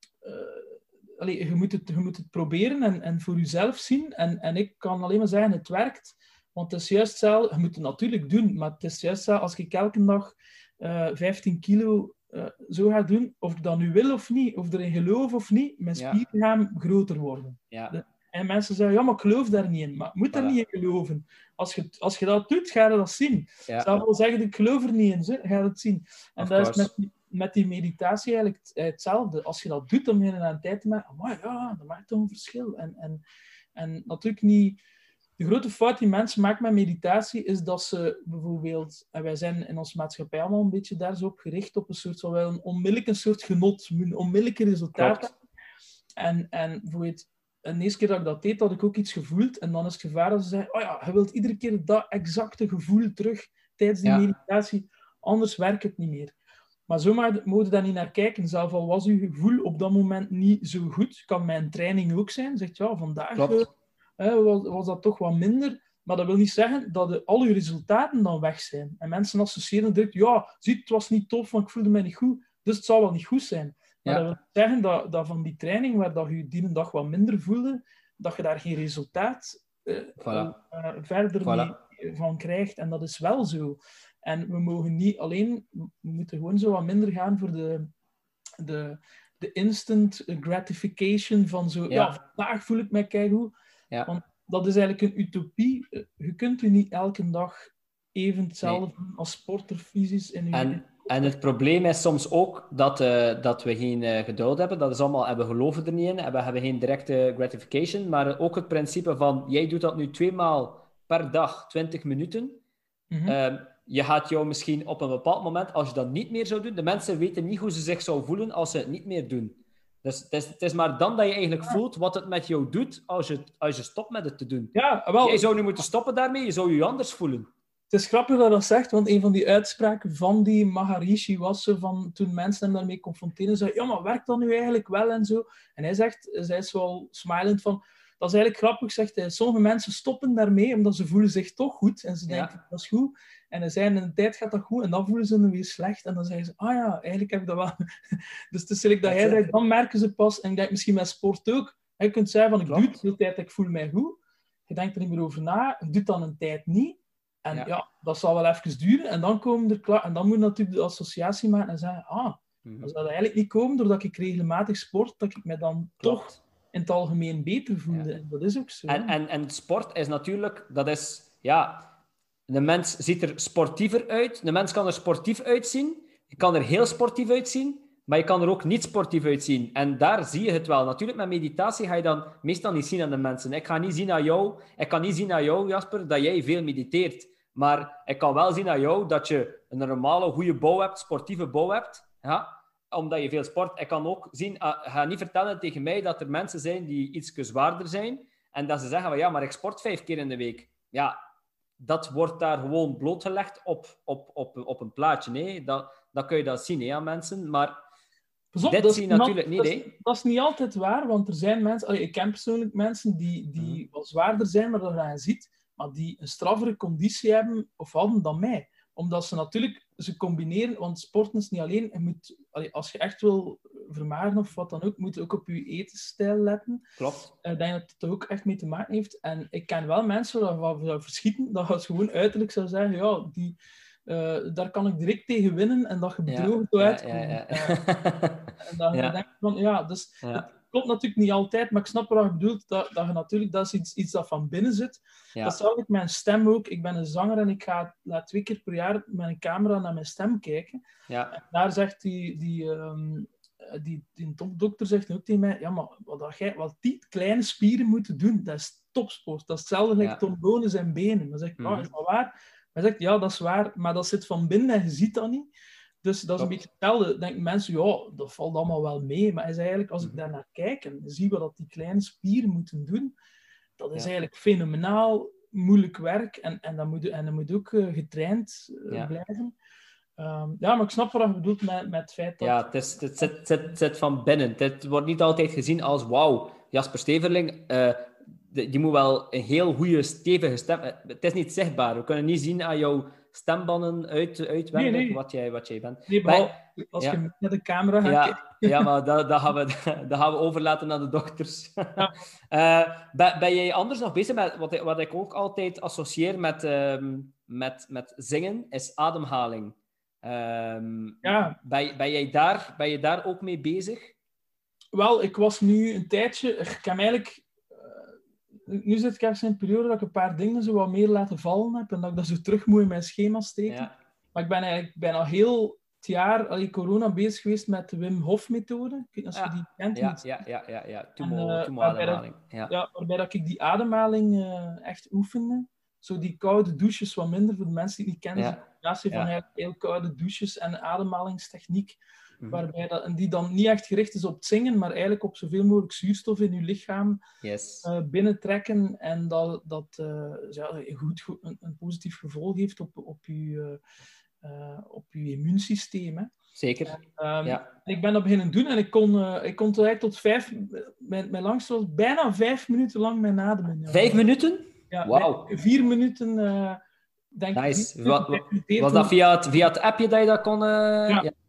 je moet het proberen en voor jezelf zien. En ik kan alleen maar zeggen, het werkt. Want het is juist zelf, je moet het natuurlijk doen, maar het is juist zelf, als ik elke dag 15 kilo zo ga doen, of ik dat nu wil of niet, of erin geloof of niet, mijn spieren gaan groter worden. Ja. En mensen zeggen, maar ik geloof daar niet in. Maar je moet daar niet in geloven. Als je dat doet, ga je dat zien. Ik zou wel zeggen, ik geloof er niet in, ga je dat zien. En dat is met die meditatie eigenlijk hetzelfde. Als je dat doet, dan begin je aan tijd te maken. Maar dat maakt toch een verschil. En natuurlijk niet... De grote fout die mensen maken met meditatie is dat ze bijvoorbeeld... En wij zijn in onze maatschappij allemaal een beetje daar zo op gericht, op een soort van wel een soort genot, een onmiddellijke resultaat. En bijvoorbeeld... En de eerste keer dat ik dat deed, had ik ook iets gevoeld. En dan is het gevaar dat ze zeggen, je wilt iedere keer dat exacte gevoel terug tijdens die meditatie. Anders werkt het niet meer. Maar zo moet je daar niet naar kijken. Zelfs al was uw gevoel op dat moment niet zo goed, kan mijn training ook zijn. Zegt, vandaag was dat toch wat minder. Maar dat wil niet zeggen dat al uw resultaten dan weg zijn. En mensen associëren direct, het was niet tof, want ik voelde mij niet goed. Dus het zal wel niet goed zijn. Maar dat wil zeggen dat van die training, waar dat je die dag wat minder voelde, dat je daar geen resultaat verder mee van krijgt. En dat is wel zo. En we mogen niet alleen... We moeten gewoon zo wat minder gaan voor de instant gratification van zo... Vandaag voel ik mij keigoed. Ja. Want dat is eigenlijk een utopie. Je kunt u niet elke dag even hetzelfde doen als sporter fysisch. En het probleem is soms ook dat we geen geduld hebben. Dat is allemaal, en we geloven er niet in. En we hebben geen directe gratification. Maar ook het principe van, jij doet dat nu 2 maal per dag, 20 minuten. Mm-hmm. Je gaat jou misschien op een bepaald moment, als je dat niet meer zou doen... De mensen weten niet hoe ze zich zou voelen als ze het niet meer doen. Dus het is maar dan dat je eigenlijk voelt wat het met jou doet als je stopt met het te doen. Ja, wel... Jij zou nu moeten stoppen daarmee, je zou je anders voelen. Het is grappig dat dat zegt, want een van die uitspraken van die Maharishi was zo van, toen mensen hem daarmee confronteren, zei, ja, maar werkt dat nu eigenlijk wel en zo? En hij is wel smilend van, dat is eigenlijk grappig, zegt hij. Sommige mensen stoppen daarmee, omdat ze voelen zich toch goed. En ze denken, dat is goed. En dan zijn in een tijd gaat dat goed, en dan voelen ze dan weer slecht. En dan zeggen ze, ah ja, eigenlijk heb ik dat wel. Dus het is like dat hij zegt, dan merken ze pas. En ik denk misschien met sport ook. Je kunt zeggen van, ik doe het de hele tijd, ik voel mij goed. Je denkt er niet meer over na, je doet dan een tijd niet. En dat zal wel even duren. En dan komen er klaar. En dan moet je natuurlijk de associatie maken en zeggen, dat zou eigenlijk niet komen doordat ik regelmatig sport, dat ik me dan toch in het algemeen beter voelde. Ja. En dat is ook zo. En sport is natuurlijk, de mens ziet er sportiever uit. De mens kan er sportief uitzien. Je kan er heel sportief uitzien, maar je kan er ook niet sportief uitzien. En daar zie je het wel. Natuurlijk, met meditatie ga je dan meestal niet zien aan de mensen. Ik kan niet zien aan jou, Jasper, dat jij veel mediteert. Maar ik kan wel zien aan jou dat je een normale, goede bouw hebt, sportieve bouw hebt. Ja? Omdat je veel sport. Ik kan ook zien, ga niet vertellen tegen mij dat er mensen zijn die iets zwaarder zijn en dat ze zeggen van ja, maar ik sport 5 keer in de week. Ja, dat wordt daar gewoon blootgelegd op een plaatje. Nee? Dat kun je dat zien aan mensen, maar dit zie je natuurlijk niet. Dat is niet altijd waar, want er zijn mensen... ik ken persoonlijk mensen die wat zwaarder zijn, maar dat je ziet, maar die een straffere conditie hebben of hadden dan mij. Omdat ze natuurlijk, ze combineren, want sporten is niet alleen, je moet, als je echt wil vermageren of wat dan ook, moet je ook op je etensstijl letten. Klopt. Ik denk dat het er ook echt mee te maken heeft. En ik ken wel mensen waarvan we verschieten, dat je gewoon uiterlijk zou zeggen, ja, daar kan ik direct tegen winnen en dat je bedrogen uitkomt. En dat je denkt van, dus... Klopt natuurlijk niet altijd, maar ik snap wat je bedoelt, dat je natuurlijk, dat is iets dat van binnen zit. Ja. Dat is eigenlijk mijn stem ook. Ik ben een zanger en ik ga 2 keer per jaar met een camera naar mijn stem kijken. Ja. En daar zegt die topdokter zegt ook tegen mij, ja, maar wat die kleine spieren moeten doen, dat is topsport. Dat is hetzelfde als trombonen zijn benen. Dan zeg ik, is dat waar? Hij zegt, ja, dat is waar, maar dat zit van binnen en je ziet dat niet. Dus dat is een beetje hetzelfde. Dan denken mensen, ja, dat valt allemaal wel mee. Maar hij zei eigenlijk, als ik daar naar kijk en zie wat die kleine spieren moeten doen, dat is eigenlijk fenomenaal moeilijk werk. En dat moet ook getraind blijven. Maar ik snap wat je bedoelt met het feit dat... Ja, het zit van binnen. Het wordt niet altijd gezien als, wauw, Jasper Steverling... die moet wel een heel goede, stevige stem... Het is niet zichtbaar. We kunnen niet zien aan jouw stembanden uitwendig wat jij bent. Nee, als je met de camera gaat kijken. Ja, maar dat gaan we overlaten aan de dokters. Ja. Ben jij anders nog bezig met... Wat ik ook altijd associeer met zingen, is ademhaling. Ben je daar ook mee bezig? Wel, ik was nu een tijdje... Ik heb eigenlijk... Nu zit ik ergens in een periode dat ik een paar dingen zo wat meer laten vallen heb en dat ik dat zo terug moet in mijn schema steken. Ja. Maar ik ben eigenlijk bijna heel het jaar corona bezig geweest met de Wim Hof methode. Ik weet niet of je die kent. Ja. Ademhaling. Waarbij dat ik die ademhaling echt oefende. Zo die koude douches, wat minder voor de mensen die het niet kennen. De combinatie van eigenlijk heel koude douches en ademhalingstechniek. Waarbij die dan niet echt gericht is op het zingen, maar eigenlijk op zoveel mogelijk zuurstof in je lichaam binnentrekken. En dat een positief gevolg heeft op je immuunsysteem. Hè. Zeker. Ik ben dat beginnen doen en ik kon tot 5... Mijn langste was bijna 5 minuten lang mijn ademen. 5 minuten? Ja, wauw. 4 minuten... denk nice. Was dat via het appje dat je dat kon...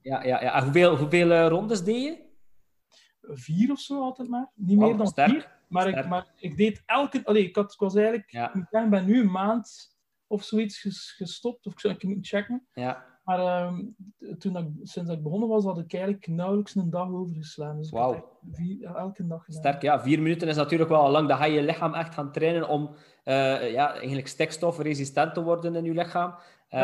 En hoeveel rondes deed je? 4 of zo altijd maar. Niet meer dan sterk. 4. Maar ik deed ik was eigenlijk... Ik ben nu een maand of zoiets gestopt. Of ik moet checken. Ja. Maar sinds ik begonnen was, had ik eigenlijk nauwelijks een dag overgeslagen. Dus ik had echt elke dag gedaan. Sterk, ja. 4 minuten is natuurlijk wel al lang. Dan ga je lichaam echt gaan trainen om eigenlijk stikstofresistent te worden in je lichaam.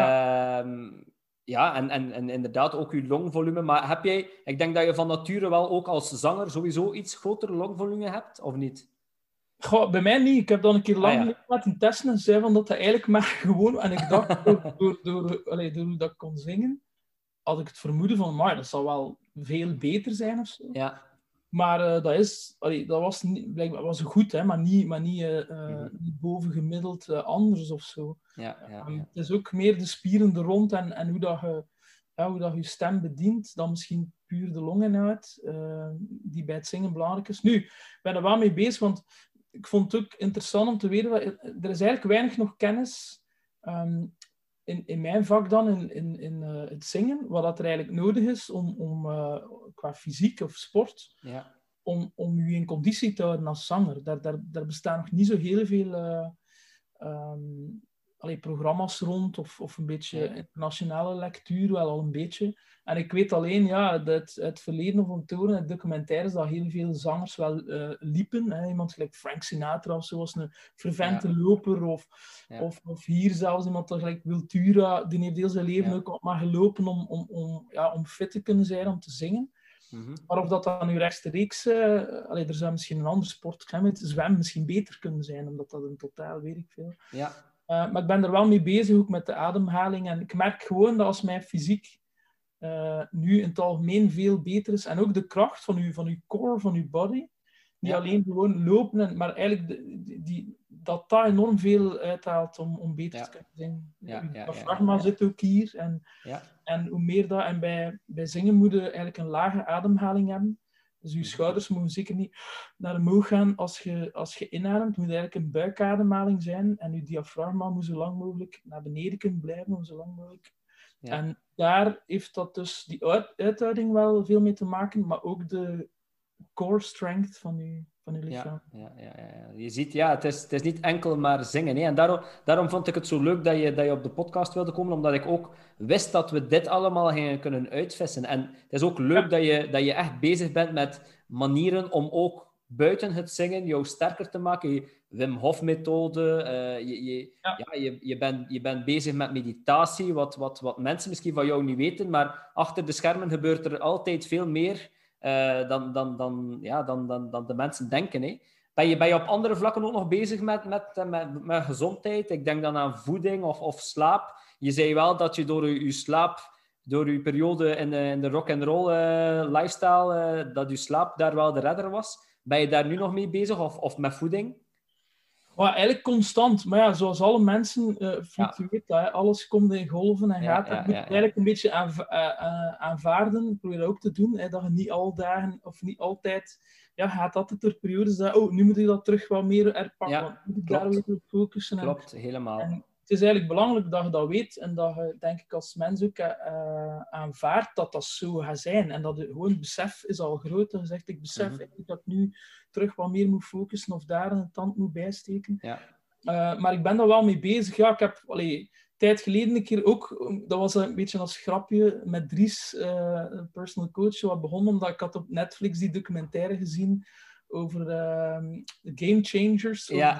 En inderdaad ook je longvolume. Maar heb jij... Ik denk dat je van nature wel ook als zanger sowieso iets groter longvolume hebt, of niet? Goh, bij mij niet. Ik heb dan een keer lang laten testen en zei van dat eigenlijk maar gewoon... En ik dacht, door hoe dat ik kon zingen, had ik het vermoeden van, maar dat zal wel veel beter zijn of zo. Ja. Maar dat was blijkbaar was goed, hè, maar niet bovengemiddeld anders of zo. Ja. Het is ook meer de spieren er rond en hoe dat je stem bedient, dan misschien puur de longen uit, die bij het zingen belangrijk is. Nu, ik ben er wel mee bezig, want ik vond het ook interessant om te weten, er is eigenlijk weinig nog kennis in mijn vak dan, in het zingen, wat dat er eigenlijk nodig is om qua fysiek of sport, om je in conditie te houden als zanger. Daar bestaan nog niet zo heel veel programma's rond, of een beetje internationale lectuur, wel al een beetje. En ik weet alleen, dat het verleden van toren, het documentaires, dat heel veel zangers wel liepen. Hè. Iemand gelijk Frank Sinatra of zo, was een fervente loper. Of hier zelfs iemand gelijk Wiltura, die heeft heel zijn leven ook maar gelopen om fit te kunnen zijn, om te zingen. Mm-hmm. Maar of dat dan nu rechtstreeks... er zou misschien een andere sport, met zwemmen, misschien beter kunnen zijn, omdat dat in totaal, weet ik veel. Ja. Maar ik ben er wel mee bezig, ook met de ademhaling. En ik merk gewoon dat als mijn fysiek nu in het algemeen veel beter is, en ook de kracht van uw core, van uw body, niet alleen gewoon lopen, maar eigenlijk dat enorm veel uithaalt om beter te kunnen zingen. Het diafragma zit ook hier. En hoe meer dat... En bij zingen moet je eigenlijk een lage ademhaling hebben. Dus je schouders mogen zeker niet naar omhoog gaan als je inademt. Het moet eigenlijk een buikademhaling zijn. En je diafragma moet zo lang mogelijk naar beneden kunnen blijven, om zo lang mogelijk. Ja. En daar heeft dat dus die uithouding wel veel mee te maken, maar ook de core strength van je lichaam. Ja. Je ziet, het is niet enkel maar zingen. Hè? En daarom vond ik het zo leuk dat je op de podcast wilde komen, omdat ik ook wist dat we dit allemaal gingen kunnen uitvissen. En het is ook leuk dat je echt bezig bent met manieren om ook buiten het zingen jou sterker te maken. Wim Hof methode. Je bent bezig met meditatie, wat mensen misschien van jou niet weten, maar achter de schermen gebeurt er altijd veel meer dan de mensen denken. Hè. Ben je op andere vlakken ook nog bezig met gezondheid? Ik denk dan aan voeding of slaap. Je zei wel dat je door je slaap, door je periode in de rock'n'roll lifestyle, dat je slaap daar wel de redder was. Ben je daar nu nog mee bezig of met voeding? Eigenlijk constant. Maar ja, zoals alle mensen fluctueert dat. Hè. Alles komt in golven en gaat. Dat moet je eigenlijk een beetje aanvaarden. Ik probeer dat ook te doen. Hè, dat je niet al dagen of niet altijd... gaat altijd door periodes dat... nu moet ik dat terug wat meer herpakken. Want moet ik daar weer op focussen. Klopt, helemaal. En het is eigenlijk belangrijk dat je dat weet. En dat je, denk ik, als mens ook aanvaardt dat dat zo gaat zijn. En dat gewoon het besef is al groot. Dat je zegt, ik besef eigenlijk dat ik nu terug wat meer moet focussen of daar een tand moet bijsteken. Ja. Maar ik ben daar wel mee bezig. Ja, ik heb een tijd geleden een keer ook... Dat was een beetje als grapje met Dries, personal coach, wat begonnen omdat ik had op Netflix die documentaire gezien over de Game Changers. Ja.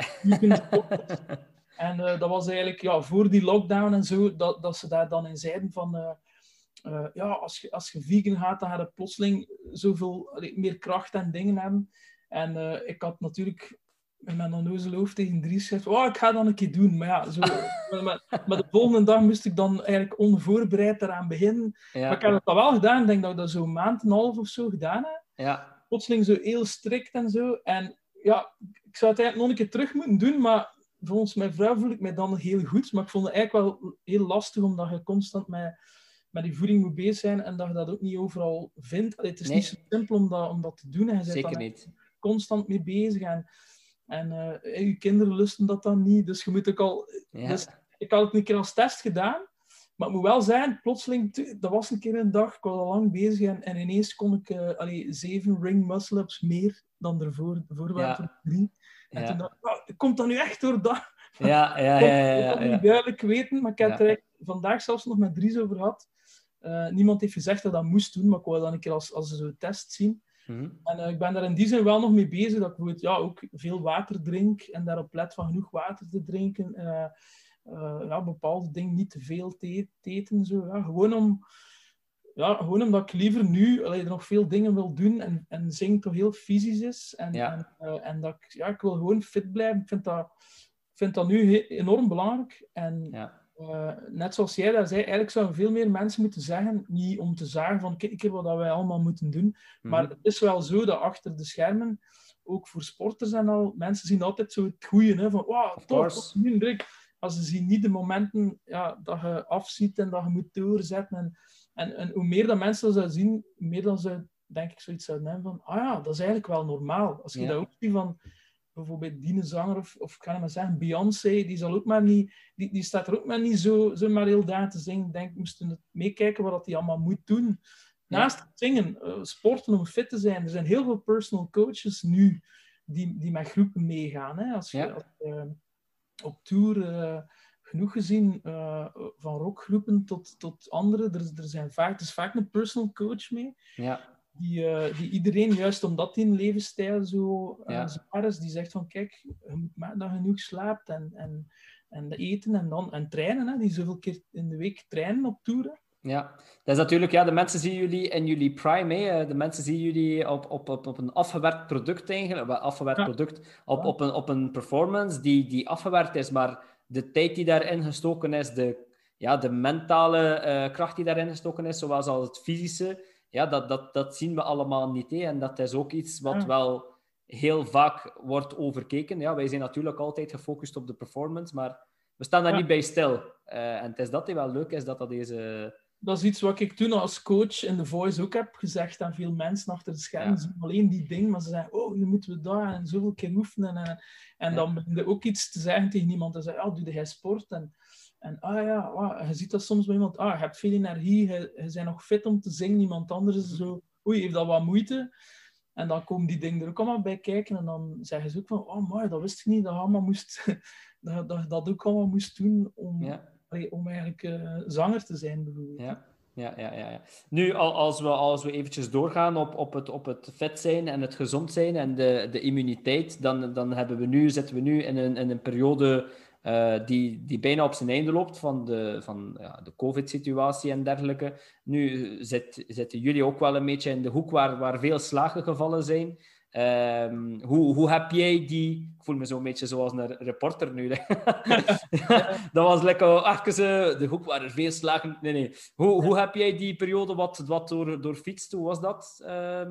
En dat was eigenlijk voor die lockdown en zo, dat ze daar dan in zeiden van... als je vegan gaat, dan ga je plotseling zoveel meer kracht en dingen hebben. En ik had natuurlijk met mijn onnozel hoofd tegen Dries gezegd, ik ga dat een keer doen. Maar ja, zo, maar de volgende dag moest ik dan eigenlijk onvoorbereid eraan beginnen. Ja. Maar ik heb dat wel gedaan. Ik denk dat ik dat zo'n maand en een half of zo gedaan heb. Ja. Plotseling zo heel strikt en zo. En ja, ik zou het eigenlijk nog een keer terug moeten doen, maar volgens mijn vrouw voel ik mij dan heel goed. Maar ik vond het eigenlijk wel heel lastig, omdat je constant met die voeding moet bezig zijn en dat je dat ook niet overal vindt. Het is niet zo simpel om dat te doen. En je bent Zeker dan niet. Constant mee bezig. En je kinderen lusten dat dan niet. Dus je moet ook al... Ja. Dus ik had het een keer als test gedaan. Maar ik moet wel zeggen, plotseling, dat was een keer een dag, ik was al lang bezig en ineens kon ik 7 ring muscle-ups meer dan ervoor. Ervoor waren het er 3. En toen dacht ik, komt dat nu echt door dat? Ik kon het niet duidelijk weten, maar ik heb er vandaag zelfs nog met Dries over gehad. Niemand heeft gezegd dat dat moest doen, maar ik wou dat een keer als een test zien. Mm-hmm. En ik ben daar in die zin wel nog mee bezig, dat ik ook veel water drink en daarop let van genoeg water te drinken. Bepaalde dingen niet te veel te eten. Zo. Ja, gewoon omdat ik liever nu er nog veel dingen wil doen en zingen toch heel fysisch is. En dat ik wil gewoon fit blijven. Ik vind dat nu enorm belangrijk. En net zoals jij daar zei, eigenlijk zouden veel meer mensen moeten zeggen, niet om te zagen van kijk wat wij allemaal moeten doen, maar het is wel zo dat achter de schermen, ook voor sporters en al, mensen zien altijd zo het goeie, hè, van wow, tof, nu een druk. Maar ze zien niet de momenten dat je afziet en dat je moet doorzetten. En hoe meer dat mensen dat zouden zien, hoe meer dan ze, denk ik, zoiets zouden hebben van dat is eigenlijk wel normaal. Als je dat ook ziet van bijvoorbeeld die zanger of kan ik maar zeggen, Beyoncé, die zal ook maar niet, die staat er ook maar niet zo maar heel daar te zingen. Ik denk, moesten het meekijken wat hij allemaal moet doen. Naast het zingen, sporten om fit te zijn. Er zijn heel veel personal coaches nu die met groepen meegaan. Hè. Als je op tour genoeg gezien, van rockgroepen tot andere. Er is vaak een personal coach mee. Ja. Die iedereen, juist omdat die levensstijl zo zwaar is, die zegt van kijk, je moet maar dat genoeg slaapt en eten en trainen. Hè, die zoveel keer in de week trainen op toeren. Ja, dat is natuurlijk, de mensen zien jullie in jullie prime. Hè. De mensen zien jullie op een afgewerkt product eigenlijk. Afgewerkt product op een performance die afgewerkt is, maar de tijd die daarin gestoken is, de mentale kracht die daarin gestoken is, zoals al het fysische, dat zien we allemaal niet. Hè. En dat is ook iets wat wel heel vaak wordt overkeken. Ja, wij zijn natuurlijk altijd gefocust op de performance, maar we staan daar niet bij stil. En het is dat die wel leuk is, dat deze... Dat is iets wat ik toen als coach in The Voice ook heb gezegd aan veel mensen achter de schermen. Ze zien alleen die ding, maar ze zeggen, nu moeten we daar en zoveel keer oefenen. En dan begin je ook iets te zeggen tegen iemand. En zeggen, doe jij sport? En je ziet dat soms bij iemand, je hebt veel energie, je bent nog fit om te zingen. Iemand anders is zo, heeft dat wat moeite. En dan komen die dingen er ook allemaal bij kijken. En dan zeggen ze ook van, maar dat wist ik niet, dat je allemaal moest, dat ook allemaal moest doen om eigenlijk zanger te zijn, bijvoorbeeld. Ja. Nu, als we eventjes doorgaan op het fit zijn en het gezond zijn en de immuniteit, dan zitten we nu in een periode die bijna op zijn einde loopt van de COVID-situatie en dergelijke. Nu zitten jullie ook wel een beetje in de hoek waar veel slagen gevallen zijn. Hoe heb jij die... Ik voel me zo'n beetje zoals een reporter nu. Dat was lekker even de hoek waar er veel slagen... Nee. Hoe heb jij die periode wat doorfietst? Hoe was dat?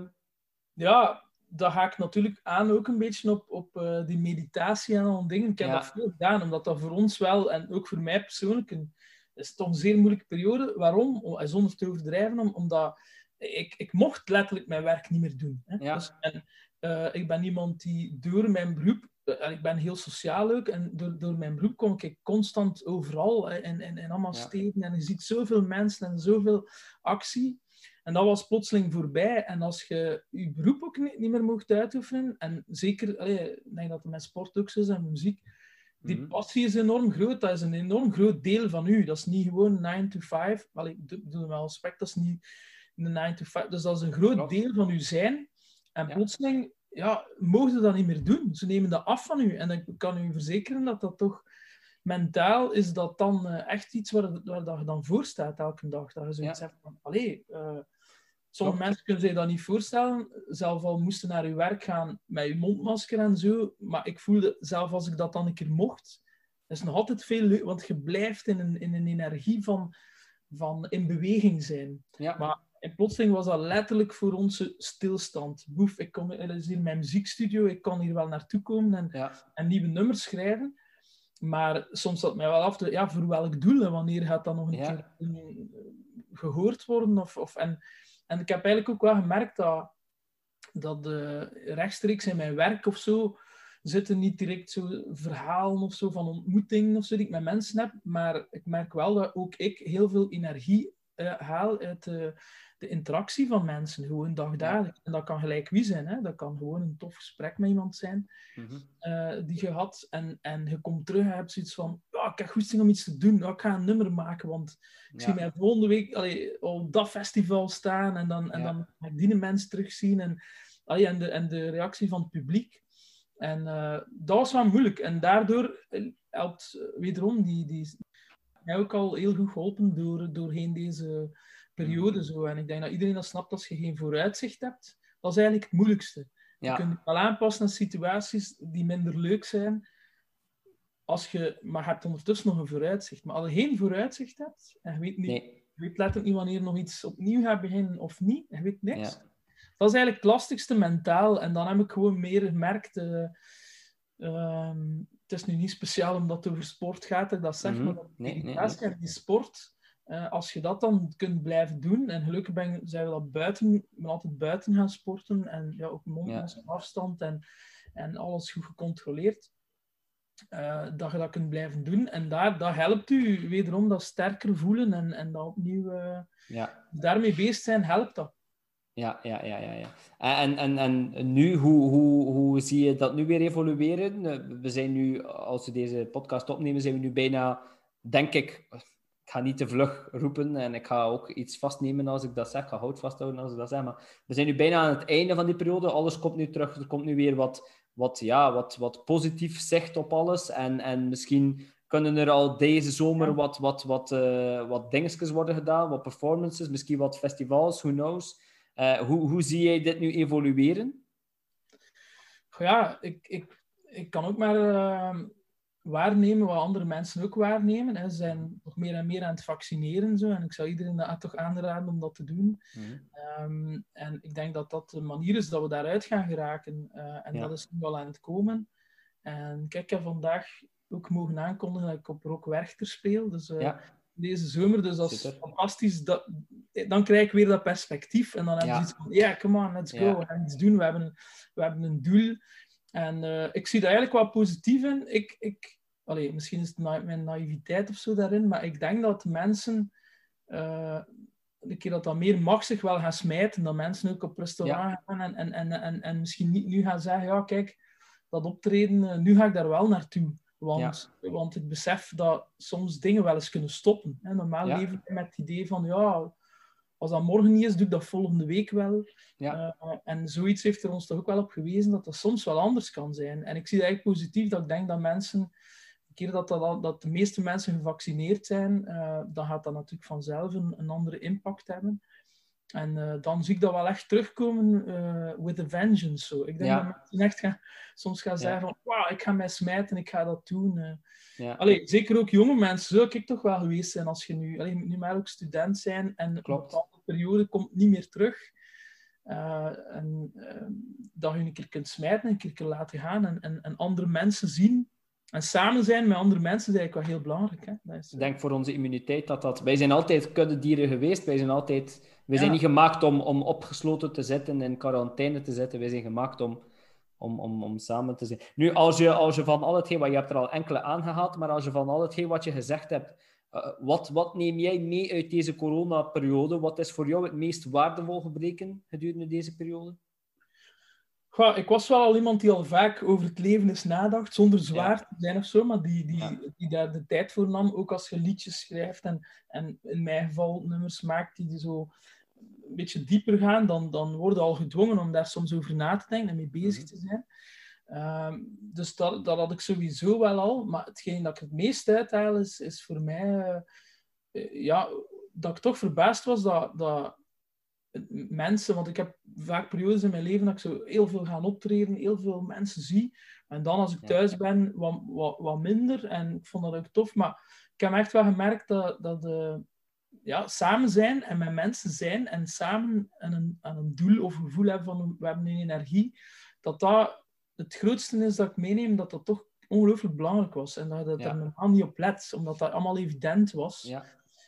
Daar ga ik natuurlijk aan ook een beetje op die meditatie en al dingen. Ik heb dat veel gedaan, omdat dat voor ons wel, en ook voor mij persoonlijk, is toch een zeer moeilijke periode. Waarom? Zonder te overdrijven, omdat ik mocht letterlijk mijn werk niet meer doen. Hè? Ja. Dus, ik ben iemand die door mijn beroep, ik ben heel sociaal ook, en door mijn beroep kom ik constant overal in allemaal steden. En je ziet zoveel mensen en zoveel actie. En dat was plotseling voorbij. En als je je beroep ook niet meer mocht uitoefenen, en zeker, ik denk dat het met sport ook zo is en met muziek, die passie is enorm groot. Dat is een enorm groot deel van u. Dat is niet gewoon 9 to 5. Ik doe wel respect, dat is niet een 9 to 5. Dus dat is een groot deel van uw zijn. En plotseling, mogen ze dat niet meer doen. Ze nemen dat af van u. En ik kan u verzekeren dat toch... Mentaal is dat dan echt iets waar dat je dan voor staat elke dag. Dat je zoiets hebt van, sommige mensen kunnen zich dat niet voorstellen. Zelf al moesten naar je werk gaan met je mondmasker en zo. Maar ik voelde, zelf als ik dat dan een keer mocht, is nog altijd veel leuk, want je blijft in een energie van in beweging zijn. Ja. Maar en plotseling was dat letterlijk voor onze stilstand. Boef, dat is hier mijn muziekstudio, ik kan hier wel naartoe komen en nieuwe nummers schrijven. Maar soms zat mij wel af voor welk doel en wanneer gaat dat nog een keer gehoord worden? En ik heb eigenlijk ook wel gemerkt dat rechtstreeks in mijn werk of zo zitten niet direct zo verhalen of zo van ontmoetingen of zo die ik met mensen heb, maar ik merk wel dat ook ik heel veel energie haal uit de interactie van mensen, gewoon dagdagelijks. En dat kan gelijk wie zijn, hè? Dat kan gewoon een tof gesprek met iemand zijn die je had. En je komt terug en hebt zoiets van, ik heb goesting om iets te doen, ik ga een nummer maken, want ik zie mij volgende week op dat festival staan en dan ga ik die mensen terugzien en de reactie van het publiek. En dat was wel moeilijk. En daardoor helpt wederom die mij ook al heel goed geholpen doorheen deze periode. Zo. En ik denk dat iedereen dat snapt als je geen vooruitzicht hebt. Dat is eigenlijk het moeilijkste. Je kunt je wel aanpassen aan situaties die minder leuk zijn. Maar je hebt ondertussen nog een vooruitzicht. Maar als je geen vooruitzicht hebt, en je weet niet, je weet letterlijk niet wanneer nog iets opnieuw gaat beginnen of niet, je weet niks. Ja. Dat is eigenlijk het lastigste mentaal. En dan heb ik gewoon meer gemerkt... het is nu niet speciaal omdat het over sport gaat, dat ik dat zeg, maar die sport, als je dat dan kunt blijven doen, en gelukkig zijn we dat buiten, altijd buiten gaan sporten, en ook mondmasker afstand en alles goed gecontroleerd, dat je dat kunt blijven doen. En dat helpt u wederom dat sterker voelen en dat opnieuw daarmee bezig zijn, helpt dat. Ja. En nu, hoe zie je dat nu weer evolueren? We zijn nu, als we deze podcast opnemen, zijn we nu bijna, denk ik ga niet te vlug roepen en ik ga ook iets vastnemen als ik dat zeg. Ik ga hout vasthouden als ik dat zeg. Maar we zijn nu bijna aan het einde van die periode. Alles komt nu terug. Er komt nu weer wat positief zicht op alles. En misschien kunnen er al deze zomer wat dingetjes worden gedaan, wat performances, misschien wat festivals, who knows. Hoe zie jij dit nu evolueren? Ja, ik kan ook maar waarnemen wat andere mensen ook waarnemen. Hè. Ze zijn nog meer en meer aan het vaccineren. Zo, en ik zou iedereen dat toch aanraden om dat te doen. En ik denk dat dat de manier is dat we daaruit gaan geraken. Dat is nu al aan het komen. En kijk, ik heb vandaag ook mogen aankondigen dat ik op Rock Werchter speel. Dus... deze zomer, dus dat is fantastisch. Dan krijg ik weer dat perspectief. En dan hebben ze iets van, come on, let's go. We gaan iets doen. We hebben een doel. En ik zie daar eigenlijk wel positief in. Misschien is het mijn naïviteit of zo daarin, maar ik denk dat mensen, een keer dat meer mag zich wel gaan smijten, dat mensen ook op restaurant gaan en misschien niet nu gaan zeggen, kijk, dat optreden, nu ga ik daar wel naartoe. Want ik besef dat soms dingen wel eens kunnen stoppen. Hè. Normaal leven we met het idee van, als dat morgen niet is, doe ik dat volgende week wel. En zoiets heeft er ons toch ook wel op gewezen dat dat soms wel anders kan zijn. En ik zie het eigenlijk positief dat ik denk dat mensen, een keer dat de meeste mensen gevaccineerd zijn, dan gaat dat natuurlijk vanzelf een andere impact hebben. En dan zie ik dat wel echt terugkomen with a vengeance. So. Ik denk dat mensen echt soms gaan zeggen van, wow, ik ga mij smijten, ik ga dat doen. Zeker ook jonge mensen zou ik toch wel geweest zijn als je nu... je moet nu maar ook student zijn en een bepaalde periode komt niet meer terug. Dat je een keer kunt smijten, een keer laten gaan en andere mensen zien. En samen zijn met andere mensen is eigenlijk wel heel belangrijk. Hè? Ik denk voor onze immuniteit dat... Wij zijn altijd kuddedieren geweest. Wij zijn niet gemaakt om opgesloten te zitten, in quarantaine te zitten. Wij zijn gemaakt om samen te zijn. Nu, als je van al hetgeen... Je hebt er al enkele aangehaald, maar als je van al hetgeen wat je gezegd hebt... Wat neem jij mee uit deze coronaperiode? Wat is voor jou het meest waardevol gebleken gedurende deze periode? Ik was wel al iemand die al vaak over het leven is nadacht, zonder zwaar te zijn of zo, maar die daar de tijd voor nam, ook als je liedjes schrijft en in mijn geval nummers maakt die zo een beetje dieper gaan, dan worden al gedwongen om daar soms over na te denken en mee bezig te zijn. Dus dat had ik sowieso wel al, maar hetgeen dat ik het meest uithaal is voor mij dat ik toch verbaasd was dat mensen, want ik heb vaak periodes in mijn leven dat ik zo heel veel ga optreden, heel veel mensen zie. En dan als ik thuis ben, wat minder. En ik vond dat ook tof. Maar ik heb echt wel gemerkt dat samen zijn en met mensen zijn en samen aan een doel of gevoel hebben van we hebben een energie, dat het grootste is dat ik meeneem, dat toch ongelooflijk belangrijk was. En dat er normaal niet op let, omdat dat allemaal evident was. Ja.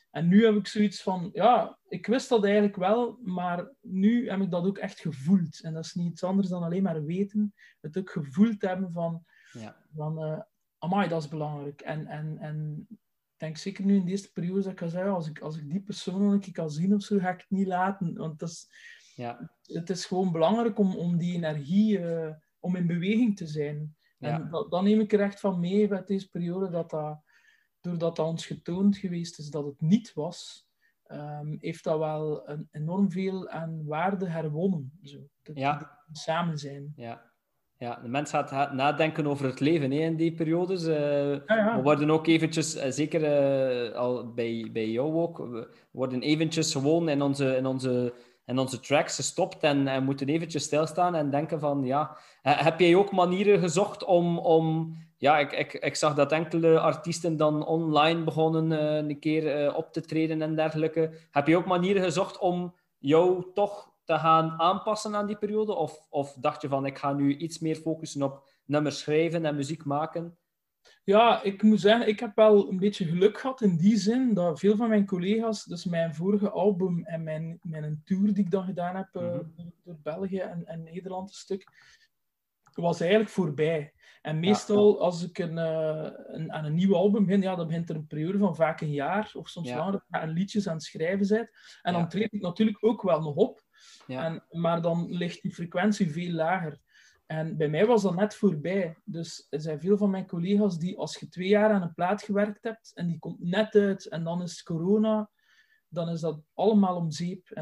En nu heb ik zoiets van, ja, ik wist dat eigenlijk wel, maar nu heb ik dat ook echt gevoeld. En dat is niet iets anders dan alleen maar weten. Het ook gevoeld hebben van amai, dat is belangrijk. En ik denk zeker nu in deze periode dat ik kan zeggen, als ik die persoon nog een keer kan zien of zo, ga ik het niet laten. Want het is gewoon belangrijk om die energie, om in beweging te zijn. En dat neem ik er echt van mee bij deze periode, doordat dat ons getoond geweest is dat het niet was, heeft dat wel enorm veel aan waarde herwonnen. Zo. Dat samen zijn. Ja, de mens gaat nadenken over het leven in die periodes. We worden ook eventjes, zeker al bij jou ook, we worden eventjes gewoon in onze tracks gestopt en moeten eventjes stilstaan en denken van, heb jij ook manieren gezocht om ik zag dat enkele artiesten dan online begonnen een keer op te treden en dergelijke. Heb je ook manieren gezocht om jou toch te gaan aanpassen aan die periode? Of dacht je van, ik ga nu iets meer focussen op nummers schrijven en muziek maken? Ja, ik moet zeggen, ik heb wel een beetje geluk gehad in die zin dat veel van mijn collega's, dus mijn vorige album en mijn tour die ik dan gedaan heb door België en Nederland een stuk, was eigenlijk voorbij. En meestal als ik aan een nieuw album begin, dan begint er een periode van vaak een jaar of soms langer dat je aan liedjes aan het schrijven bent. En dan treed ik natuurlijk ook wel nog op. Maar dan ligt die frequentie veel lager. En bij mij was dat net voorbij. Dus er zijn veel van mijn collega's die, als je 2 jaar aan een plaat gewerkt hebt en die komt net uit en dan is corona, dan is dat allemaal om zeep.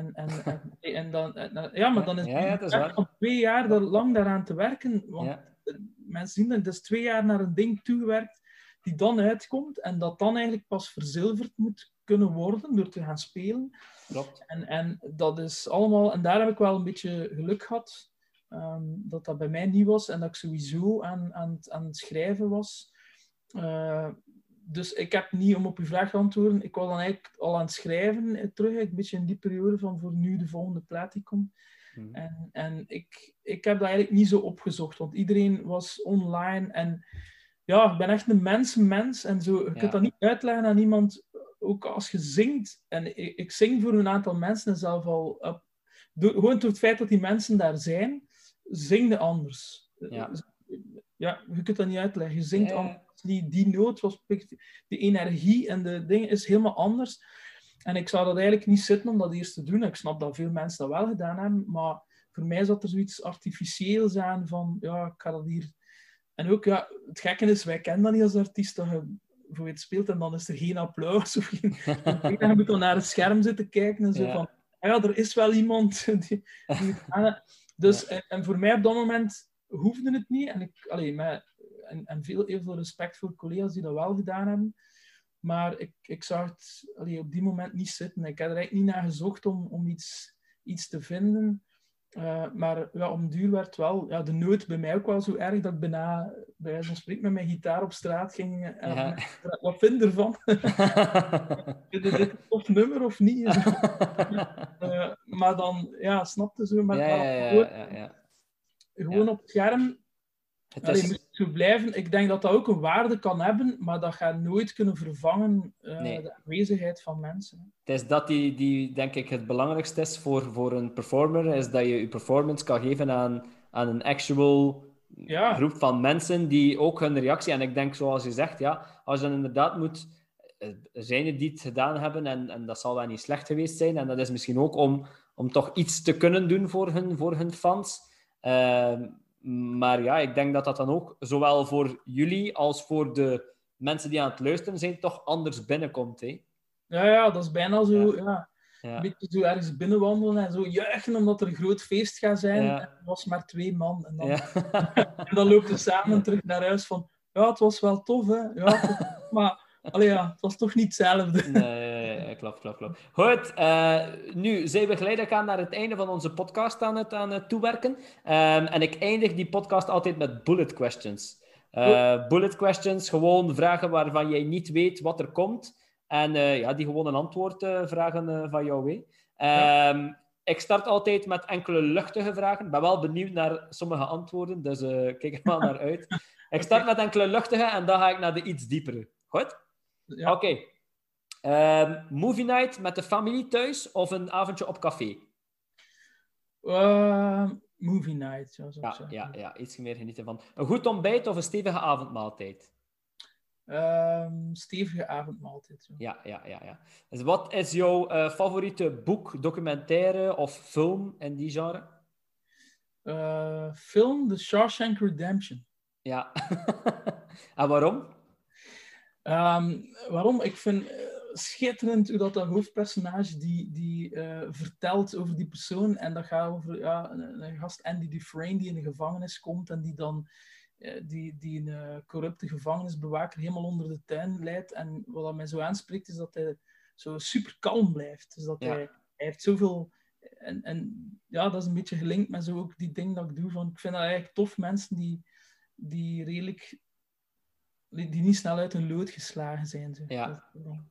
Maar dan is het van 2 jaar lang daaraan te werken. Want mensen zien dat het is 2 jaar naar een ding toegewerkt die dan uitkomt en dat dan eigenlijk pas verzilverd moet kunnen worden door te gaan spelen. Klopt. En dat is allemaal... En daar heb ik wel een beetje geluk gehad. Dat bij mij niet was en dat ik sowieso aan het schrijven was. Dus ik heb niet, om op uw vraag te antwoorden, ik was dan eigenlijk al aan het schrijven terug, een beetje in die periode van voor nu de volgende plaat die komt. En ik heb dat eigenlijk niet zo opgezocht, want iedereen was online en ik ben echt een mens en zo. Je kunt dat niet uitleggen aan iemand, ook als je zingt. En ik zing voor een aantal mensen en zelf al... gewoon door het feit dat die mensen daar zijn, zingde anders. Je kunt dat niet uitleggen. Je zingt anders. Die noot, die energie en de dingen is helemaal anders. En ik zou dat eigenlijk niet zitten om dat eerst te doen. Ik snap dat veel mensen dat wel gedaan hebben, maar voor mij zat er zoiets artificieels aan van, ik ga dat hier... En ook, het gekke is, wij kennen dat niet als artiest, dat je voor het speelt en dan is er geen applaus of geen... Je moet dan naar het scherm zitten kijken en zo van, er is wel iemand die dus, en voor mij op dat moment hoefde het niet. En heel veel respect voor collega's die dat wel gedaan hebben. Maar ik zag het op die moment niet zitten. Ik heb er eigenlijk niet naar gezocht om iets te vinden. Maar op een duur werd wel de nood bij mij ook wel zo erg dat ik bijna, bij wijze van spreken, met mijn gitaar op straat ging. Wat vind je ervan? Vind je dit een tof nummer of niet? Maar dan, snapte ze. Maar gewoon op het scherm moet zo blijven. Ik denk dat dat ook een waarde kan hebben, maar dat gaat nooit kunnen vervangen de aanwezigheid van mensen. Het is dat die denk ik het belangrijkste is voor een performer, is dat je je performance kan geven aan een actual groep van mensen die ook hun reactie... En ik denk, zoals je zegt, als je dan inderdaad moet... Er zijn er die het gedaan hebben en dat zal wel niet slecht geweest zijn. En dat is misschien ook om toch iets te kunnen doen voor hun fans. Maar ik denk dat dan ook zowel voor jullie als voor de mensen die aan het luisteren zijn, toch anders binnenkomt. Hè? Ja, dat is bijna zo... Een beetje zo ergens binnenwandelen en zo juichen omdat er een groot feest gaat zijn. En er was maar 2 man. En dan, en dan lopen we samen terug naar huis van... het was wel tof, hè. Maar... het was toch niet hetzelfde. Nee, klopt. Goed, nu zijn we geleidelijk aan naar het einde van onze podcast aan het toewerken. En ik eindig die podcast altijd met bullet questions. Bullet questions, gewoon vragen waarvan jij niet weet wat er komt. En die gewoon een antwoord vragen van jou. Ik start altijd met enkele luchtige vragen. Ik ben wel benieuwd naar sommige antwoorden, dus kijk er maar naar uit. Ik start met enkele luchtige en dan ga ik naar de iets diepere. Goed? Ja. Oké. Movie night met de familie thuis of een avondje op café? Movie night, zou ik zeggen. Ja, iets meer genieten van. Een goed ontbijt of een stevige avondmaaltijd? Stevige avondmaaltijd. Zo. Ja. Dus wat is jouw favoriete boek, documentaire of film in die genre? Film The Shawshank Redemption. Ja. En waarom? Waarom? Ik vind schitterend hoe dat hoofdpersonage die vertelt over die persoon. En dat gaat over een gast, Andy Dufresne, die in de gevangenis komt en die dan die een corrupte gevangenisbewaker helemaal onder de tuin leidt. En wat dat mij zo aanspreekt, is dat hij zo super kalm blijft. Dus dat hij heeft zoveel... En ja, dat is een beetje gelinkt met zo ook die ding dat ik doe. Van, ik vind dat eigenlijk tof, mensen die redelijk... die niet snel uit hun lood geslagen zijn. Zo. Ja.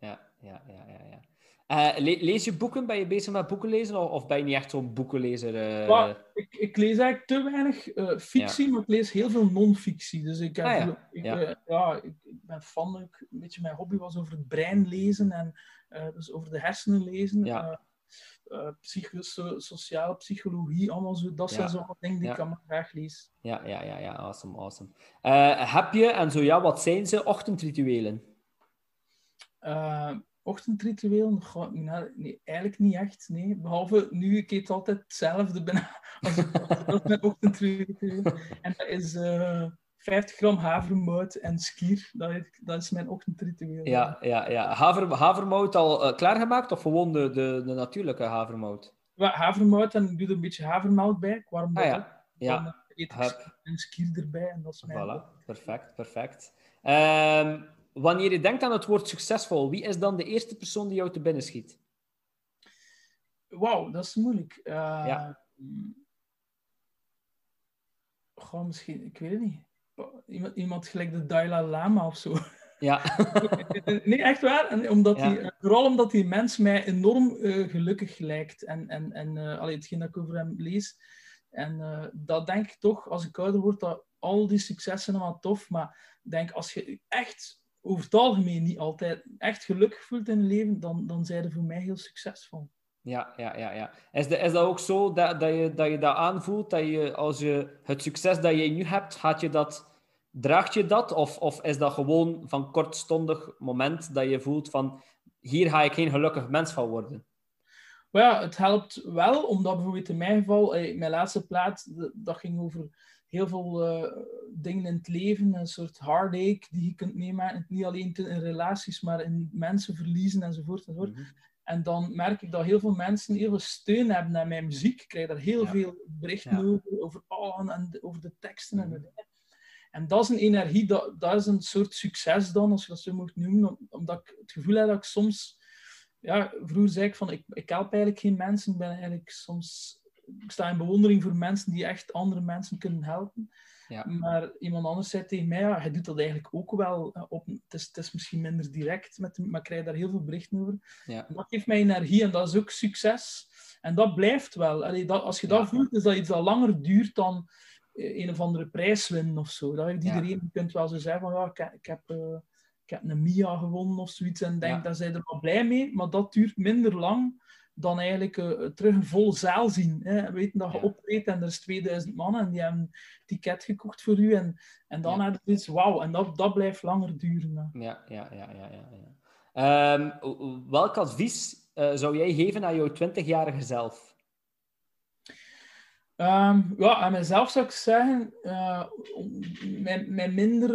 Lees je boeken? Ben je bezig met boeken lezen? Of ben je niet echt zo'n boekenlezer? Ik lees eigenlijk te weinig fictie, maar ik lees heel veel non-fictie. Dus ik ben fan. Een beetje mijn hobby was over het brein lezen en dus over de hersenen lezen. Ja. Sociale psychologie, allemaal zo. Dat zijn zo'n dingen die ik allemaal graag lees. Ja. Awesome. Heb je, en zo ja, wat zijn ze, ochtendrituelen? Ochtendrituelen? Nee, eigenlijk niet echt. Nee. Behalve nu, ik eet altijd hetzelfde bijna als mijn ochtendritueel. En dat is 50 gram havermout en skier. Dat is mijn ochtendritueel. Ja. Havermout al klaargemaakt of gewoon de natuurlijke havermout? Havermout en ik doe er een beetje havermelk bij. Ik warm dat op. Ja. Dan eet ik een skier erbij en dat is mijn... Voilà, perfect. Wanneer je denkt aan het woord succesvol, wie is dan de eerste persoon die jou te binnen schiet? Wauw, dat is moeilijk. Misschien, ik weet het niet. Iemand gelijk de Dalai Lama of zo. Ja. Nee, echt waar. En vooral omdat die mens mij enorm gelukkig lijkt. En hetgeen dat ik over hem lees. En dat denk ik toch, als ik ouder word, dat al die successen allemaal tof. Maar ik denk, als je echt over het algemeen niet altijd echt gelukkig voelt in je leven, dan zijn ze voor mij heel succesvol. Ja. Is dat ook zo dat je dat aanvoelt? Dat je, als je het succes dat je nu hebt, draagt je dat? Of is dat gewoon van kortstondig moment dat je voelt van hier ga ik geen gelukkig mens van worden? Maar ja, het helpt wel, omdat bijvoorbeeld in mijn geval, mijn laatste plaat, dat ging over heel veel dingen in het leven, een soort heartache die je kunt meemaken. Niet alleen in relaties, maar in mensen verliezen enzovoort. Mm-hmm. En dan merk ik dat heel veel mensen heel veel steun hebben naar mijn muziek. Ik krijg daar heel veel berichten over en over de teksten en de dingen. En dat is een energie, dat is een soort succes dan, als je dat zo mag noemen. Omdat ik het gevoel heb dat ik soms... Ja, vroeger zei ik van, ik help eigenlijk geen mensen. Ik ben eigenlijk soms... Ik sta in bewondering voor mensen die echt andere mensen kunnen helpen. Ja. Maar iemand anders zei tegen mij, hij doet dat eigenlijk ook wel. Het is misschien minder direct, maar ik krijg daar heel veel berichten over. Ja. Dat geeft mij energie en dat is ook succes. En dat blijft wel. Als je dat voelt, is dat iets dat langer duurt dan een of andere prijs winnen of zo. Dat heeft iedereen. Je kunt wel zo zeggen van, ik heb een Mia gewonnen of zoiets en denk, daar zijn er wel blij mee, maar dat duurt minder lang dan eigenlijk terug een volle zaal zien. Hè. We weten dat je optreedt en er is 2000 man en die hebben een ticket gekocht voor u en dan heb je iets wauw, en dat blijft langer duren. Ja. Welk advies zou jij geven aan jouw 20-jarige zelf? Aan mezelf zou ik zeggen, mij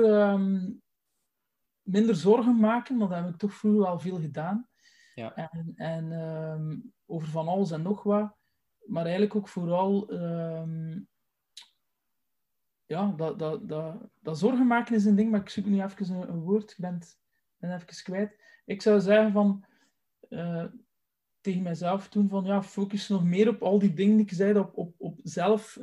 minder zorgen maken, want dat heb ik toch vroeger al veel gedaan. Ja. En over van alles en nog wat. Maar eigenlijk ook vooral... dat zorgen maken is een ding, maar ik zoek nu even een woord. Ik ben even kwijt. Ik zou zeggen van... tegen mijzelf toen van... focus nog meer op al die dingen die ik zei. Op zelf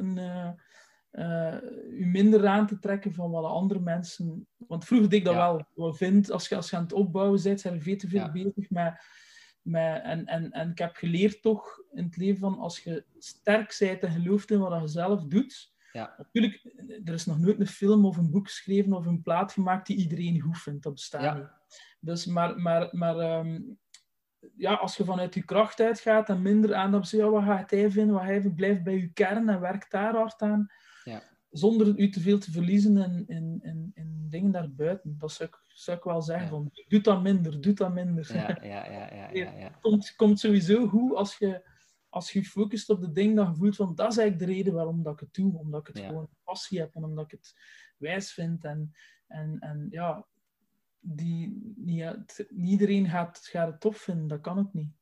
u minder aan te trekken van wat andere mensen... Want vroeger deed ik dat wel. Wat vind, als je aan het opbouwen bent, zijn er veel te veel bezig en ik heb geleerd toch in het leven van als je sterk bent en gelooft in wat je zelf doet... Ja. Natuurlijk, er is nog nooit een film of een boek geschreven of een plaat gemaakt die iedereen goed vindt. Dat bestaat niet. Dus, ja, als je vanuit je kracht uitgaat en minder aandacht zegt, ja, wat gaat hij vinden, wat hij vindt, blijf bij je kern en werk daar hard aan. Ja. Zonder u te veel te verliezen in dingen daarbuiten. Dat zou ik wel zeggen. Van, doe dat minder. Het komt sowieso goed als je focust op de dingen dat je voelt van, dat is eigenlijk de reden waarom dat ik het doe. Omdat ik het gewoon passie heb en omdat ik het wijs vind. En ja, niet iedereen gaat het tof vinden. Dat kan ook niet.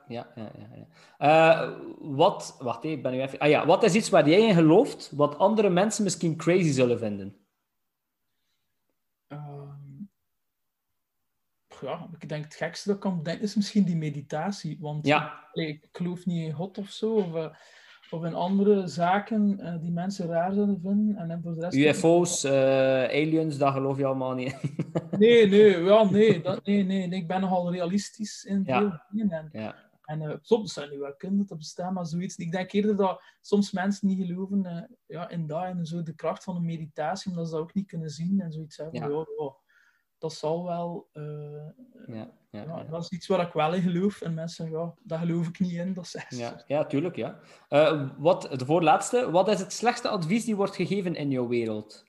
Wacht even, ik ben nu even... wat is iets waar jij in gelooft, wat andere mensen misschien crazy zullen vinden? Ik denk het gekste dat ik kan bedenken is misschien die meditatie. Want ik geloof niet in God of zo, of in andere zaken die mensen raar zullen vinden. En voor de rest UFO's, aliens, dat geloof je allemaal niet. Nee. Ik ben nogal realistisch in veel dingen. En soms zou nu wel kunnen dat bestaan, maar zoiets. Ik denk eerder dat soms mensen niet geloven in zo de kracht van een meditatie, omdat ze dat ook niet kunnen zien en zoiets hebben. Dat zal wel... Dat is iets waar ik wel in geloof. En mensen zeggen, daar geloof ik niet in. Dat zegt ja, tuurlijk, ja. De voorlaatste. Wat is het slechtste advies die wordt gegeven in jouw wereld?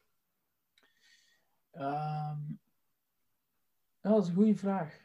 Dat is een goede vraag.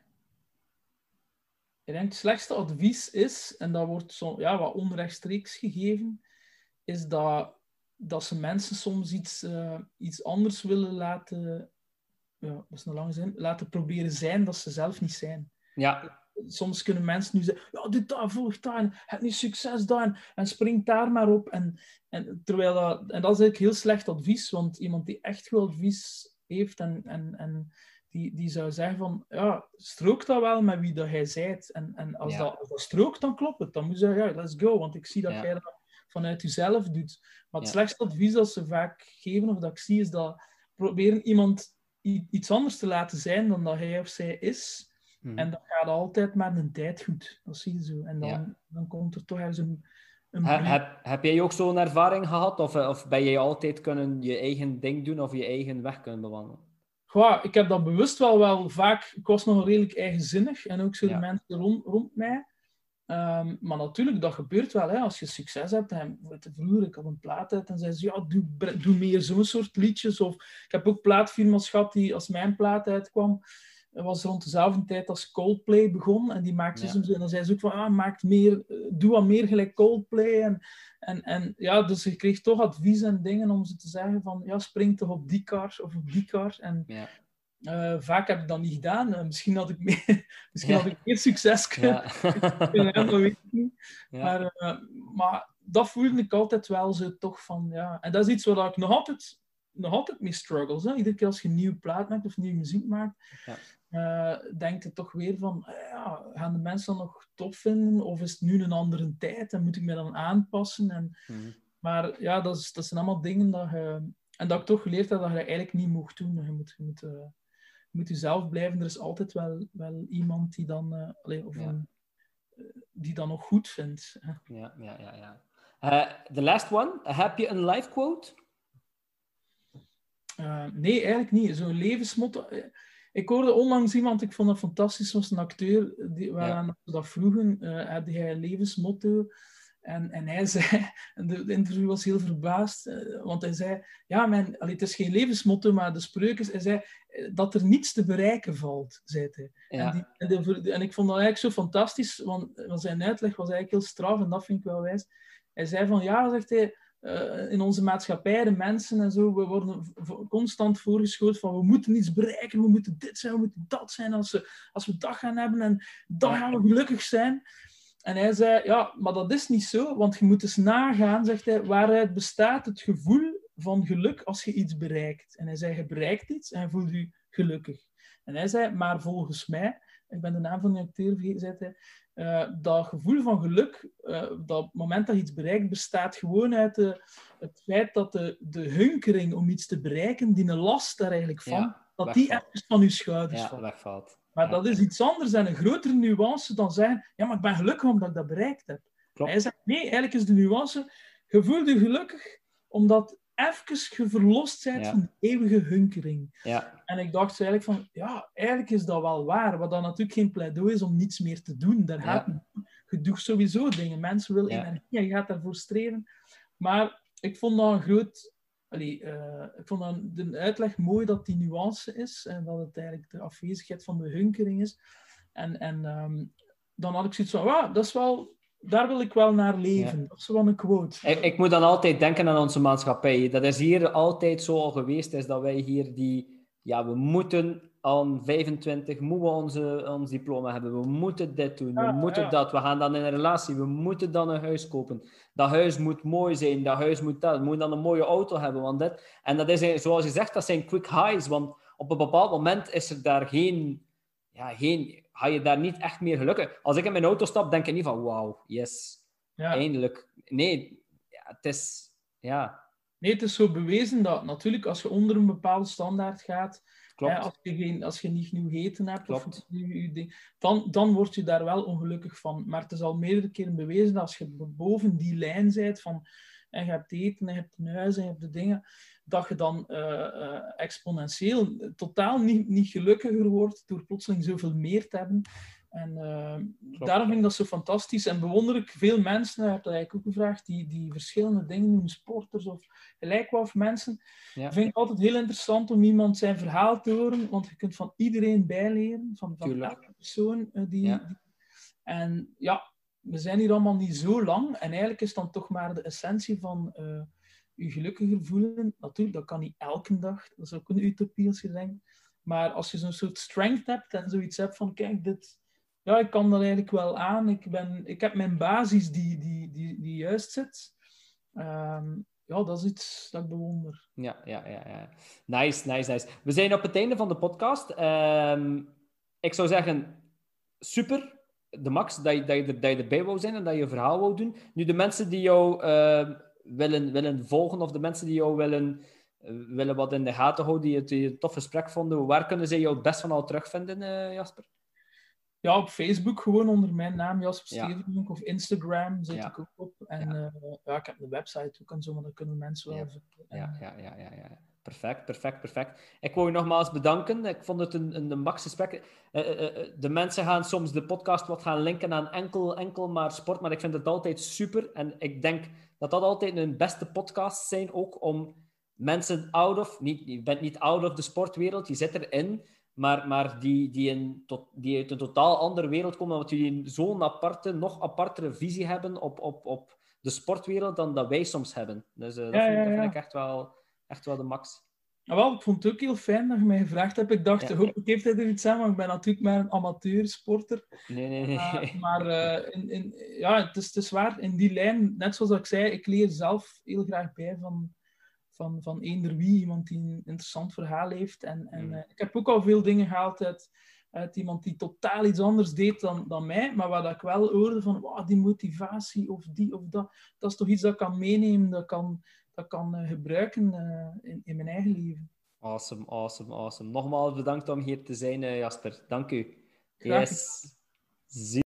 Ik denk het slechtste advies is, en dat wordt wat onrechtstreeks gegeven, is dat ze mensen soms iets anders willen laten... dat is een lange zin. Laten proberen zijn dat ze zelf niet zijn. Ja. Soms kunnen mensen nu zeggen, doe dat, volg dat, en heb nu succes daar, en spring daar maar op. En dat is eigenlijk heel slecht advies, want iemand die echt goed advies heeft en die zou zeggen van, strookt dat wel met wie dat jij zijt. En als dat strookt, dan klopt het. Dan moet je zeggen, let's go, want ik zie dat jij dat vanuit jezelf doet. Maar het slechtste advies dat ze vaak geven, of dat ik zie, is dat proberen iemand iets anders te laten zijn dan dat hij of zij is. En dat gaat altijd maar een tijd goed. Dat zie je zo. En dan komt er toch ergens een heb jij ook zo'n ervaring gehad? Of ben jij altijd kunnen je eigen ding doen of je eigen weg kunnen bewandelen? Ik heb dat bewust wel vaak... Ik was nog redelijk eigenzinnig. En ook zo de mensen rond mij. Maar natuurlijk, dat gebeurt wel. Hè. Als je succes hebt. Vroeger, ik had een plaat uit en zei ze, doe meer zo'n soort liedjes. Of ik heb ook plaatfirma's gehad die, als mijn plaat uitkwam, was rond dezelfde tijd als Coldplay begon. En die maakte soms... En dan zei ze ook van, doe wat meer gelijk Coldplay. Dus je kreeg toch advies en dingen om ze te zeggen van, spring toch op die kar of op die kar. En vaak heb ik dat niet gedaan. Misschien had ik meer succes kunnen hebben, dat weet ik niet. Maar dat voelde ik altijd wel zo toch van... En dat is iets waar ik nog altijd mee struggles. Hè. Iedere keer als je een nieuwe plaat maakt of nieuwe muziek maakt, denk je toch weer van... gaan de mensen dat nog tof vinden? Of is het nu een andere tijd? En moet ik me dan aanpassen? Maar dat zijn allemaal dingen dat je... En dat ik toch geleerd heb dat je dat eigenlijk niet mocht doen. Je moet jezelf blijven. Er is altijd wel iemand die dan... die dan nog goed vindt. Ja. The last one. Heb je een life quote? Nee, eigenlijk niet. Zo'n levensmotto... Ik hoorde onlangs iemand, ik vond dat fantastisch, was een acteur, waaraan ze dat vroegen, had hij een levensmotto... En hij zei, en de interview was heel verbaasd, want hij zei, het is geen levensmotto, maar de spreuk is, hij zei, dat er niets te bereiken valt, zei hij. Ja. En ik vond dat eigenlijk zo fantastisch, want zijn uitleg was eigenlijk heel straf, en dat vind ik wel wijs. Hij zei van, zegt hij, in onze maatschappij, de mensen en zo, we worden constant voorgeschoten van, we moeten iets bereiken, we moeten dit zijn, we moeten dat zijn, als we dat gaan hebben, en dan gaan we gelukkig zijn. En hij zei, maar dat is niet zo, want je moet eens nagaan, zegt hij, waaruit bestaat het gevoel van geluk als je iets bereikt. En hij zei, je bereikt iets en je voelt je gelukkig. En hij zei, maar volgens mij, ik ben de naam van de acteur vergeten, zei hij, dat gevoel van geluk, dat moment dat je iets bereikt, bestaat gewoon uit het feit dat de hunkering om iets te bereiken, die een last daar eigenlijk van, dat die even van je schouders valt. Wegvalt. Maar dat is iets anders en een grotere nuance dan zeggen, maar ik ben gelukkig omdat ik dat bereikt heb. Klopt. Hij zegt, nee, eigenlijk is de nuance, je voelt je gelukkig omdat even verlost bent van die eeuwige hunkering. Ja. En ik dacht eigenlijk van, ja, eigenlijk is dat wel waar. Wat dan natuurlijk geen pleidooi is om niets meer te doen. Daar gaat je doet sowieso dingen. Mensen willen energie en je gaat daarvoor streven. Maar ik vond dat een groot... ik vond dan de uitleg mooi dat die nuance is en dat het eigenlijk de afwezigheid van de hunkering is. En dan had ik zoiets van, wow, dat is wel... Daar wil ik wel naar leven. Ja. Dat is wel een quote. Ik moet dan altijd denken aan onze maatschappij. Dat is hier altijd zo al geweest, is dat wij hier die... Ja, we moeten aan 25 moeten we ons diploma hebben. We moeten dit doen. We moeten dat. We gaan dan in een relatie. We moeten dan een huis kopen. Dat huis moet mooi zijn. Dat huis moet dat. We moeten dan een mooie auto hebben. Want dit... En dat is, zoals je zegt, dat zijn quick highs. Want op een bepaald moment is er daar ga je daar niet echt meer gelukkig. Als ik in mijn auto stap, denk ik niet van wauw, yes, eindelijk. Nee, het is... Ja. Nee, het is zo bewezen dat natuurlijk als je onder een bepaalde standaard gaat, als je niet genoeg eten hebt, dan word je daar wel ongelukkig van. Maar het is al meerdere keren bewezen dat als je boven die lijn bent van en je hebt eten, en je hebt een huis en je hebt de dingen, dat je dan exponentieel totaal niet gelukkiger wordt door plotseling zoveel meer te hebben. En daarom vind ik dat zo fantastisch. En bewonder ik veel mensen, ik heb dat eigenlijk ook gevraagd, die verschillende dingen doen, sporters of gelijk wat mensen. Vind ik altijd heel interessant om iemand zijn verhaal te horen, want je kunt van iedereen bijleren, van elke persoon. En ja, we zijn hier allemaal niet zo lang. En eigenlijk is dan toch maar de essentie van je gelukkiger voelen. Natuurlijk, dat kan niet elke dag. Dat is ook een utopie als je denkt. Maar als je zo'n soort strength hebt en zoiets hebt van, kijk, dit... Ja, ik kan dat eigenlijk wel aan. Ik heb mijn basis die juist zit. Dat is iets dat ik bewonder. Ja. Nice. We zijn op het einde van de podcast. Ik zou zeggen, super... De max, dat je erbij wou zijn en dat je een verhaal wou doen. Nu, de mensen die jou willen volgen of de mensen die jou willen wat in de gaten houden, die een tof gesprek vonden, waar kunnen zij jou het best van al terugvinden, Jasper? Ja, op Facebook gewoon onder mijn naam, Jasper Stevenink, of Instagram zit ik ook op. En ik heb een website ook en zo, maar dat kunnen mensen wel vinden. Ja. Perfect. Ik wil je nogmaals bedanken. Ik vond het een max gesprek. De mensen gaan soms de podcast wat gaan linken aan enkel maar sport, maar ik vind het altijd super. En ik denk dat altijd een beste podcast zijn, ook om mensen je bent niet out of de sportwereld, je zit erin, maar die uit een totaal andere wereld komen, omdat die zo'n nog apartere visie hebben op de sportwereld dan dat wij soms hebben. Dus dat vind ik echt wel de max. Wel, ik vond het ook heel fijn dat je mij gevraagd hebt. Ik dacht, hopelijk heeft hij er iets aan, maar ik ben natuurlijk maar een amateursporter. Nee. Maar het is waar, in die lijn, net zoals ik zei, ik leer zelf heel graag bij van eender wie, iemand die een interessant verhaal heeft. En ik heb ook al veel dingen gehaald uit iemand die totaal iets anders deed dan mij, maar wat ik wel hoorde van, wow, die motivatie of die of dat is toch iets dat ik kan meenemen, dat kan gebruiken in mijn eigen leven. Awesome. Nogmaals bedankt om hier te zijn, Jasper. Dank u. Graag. Yes.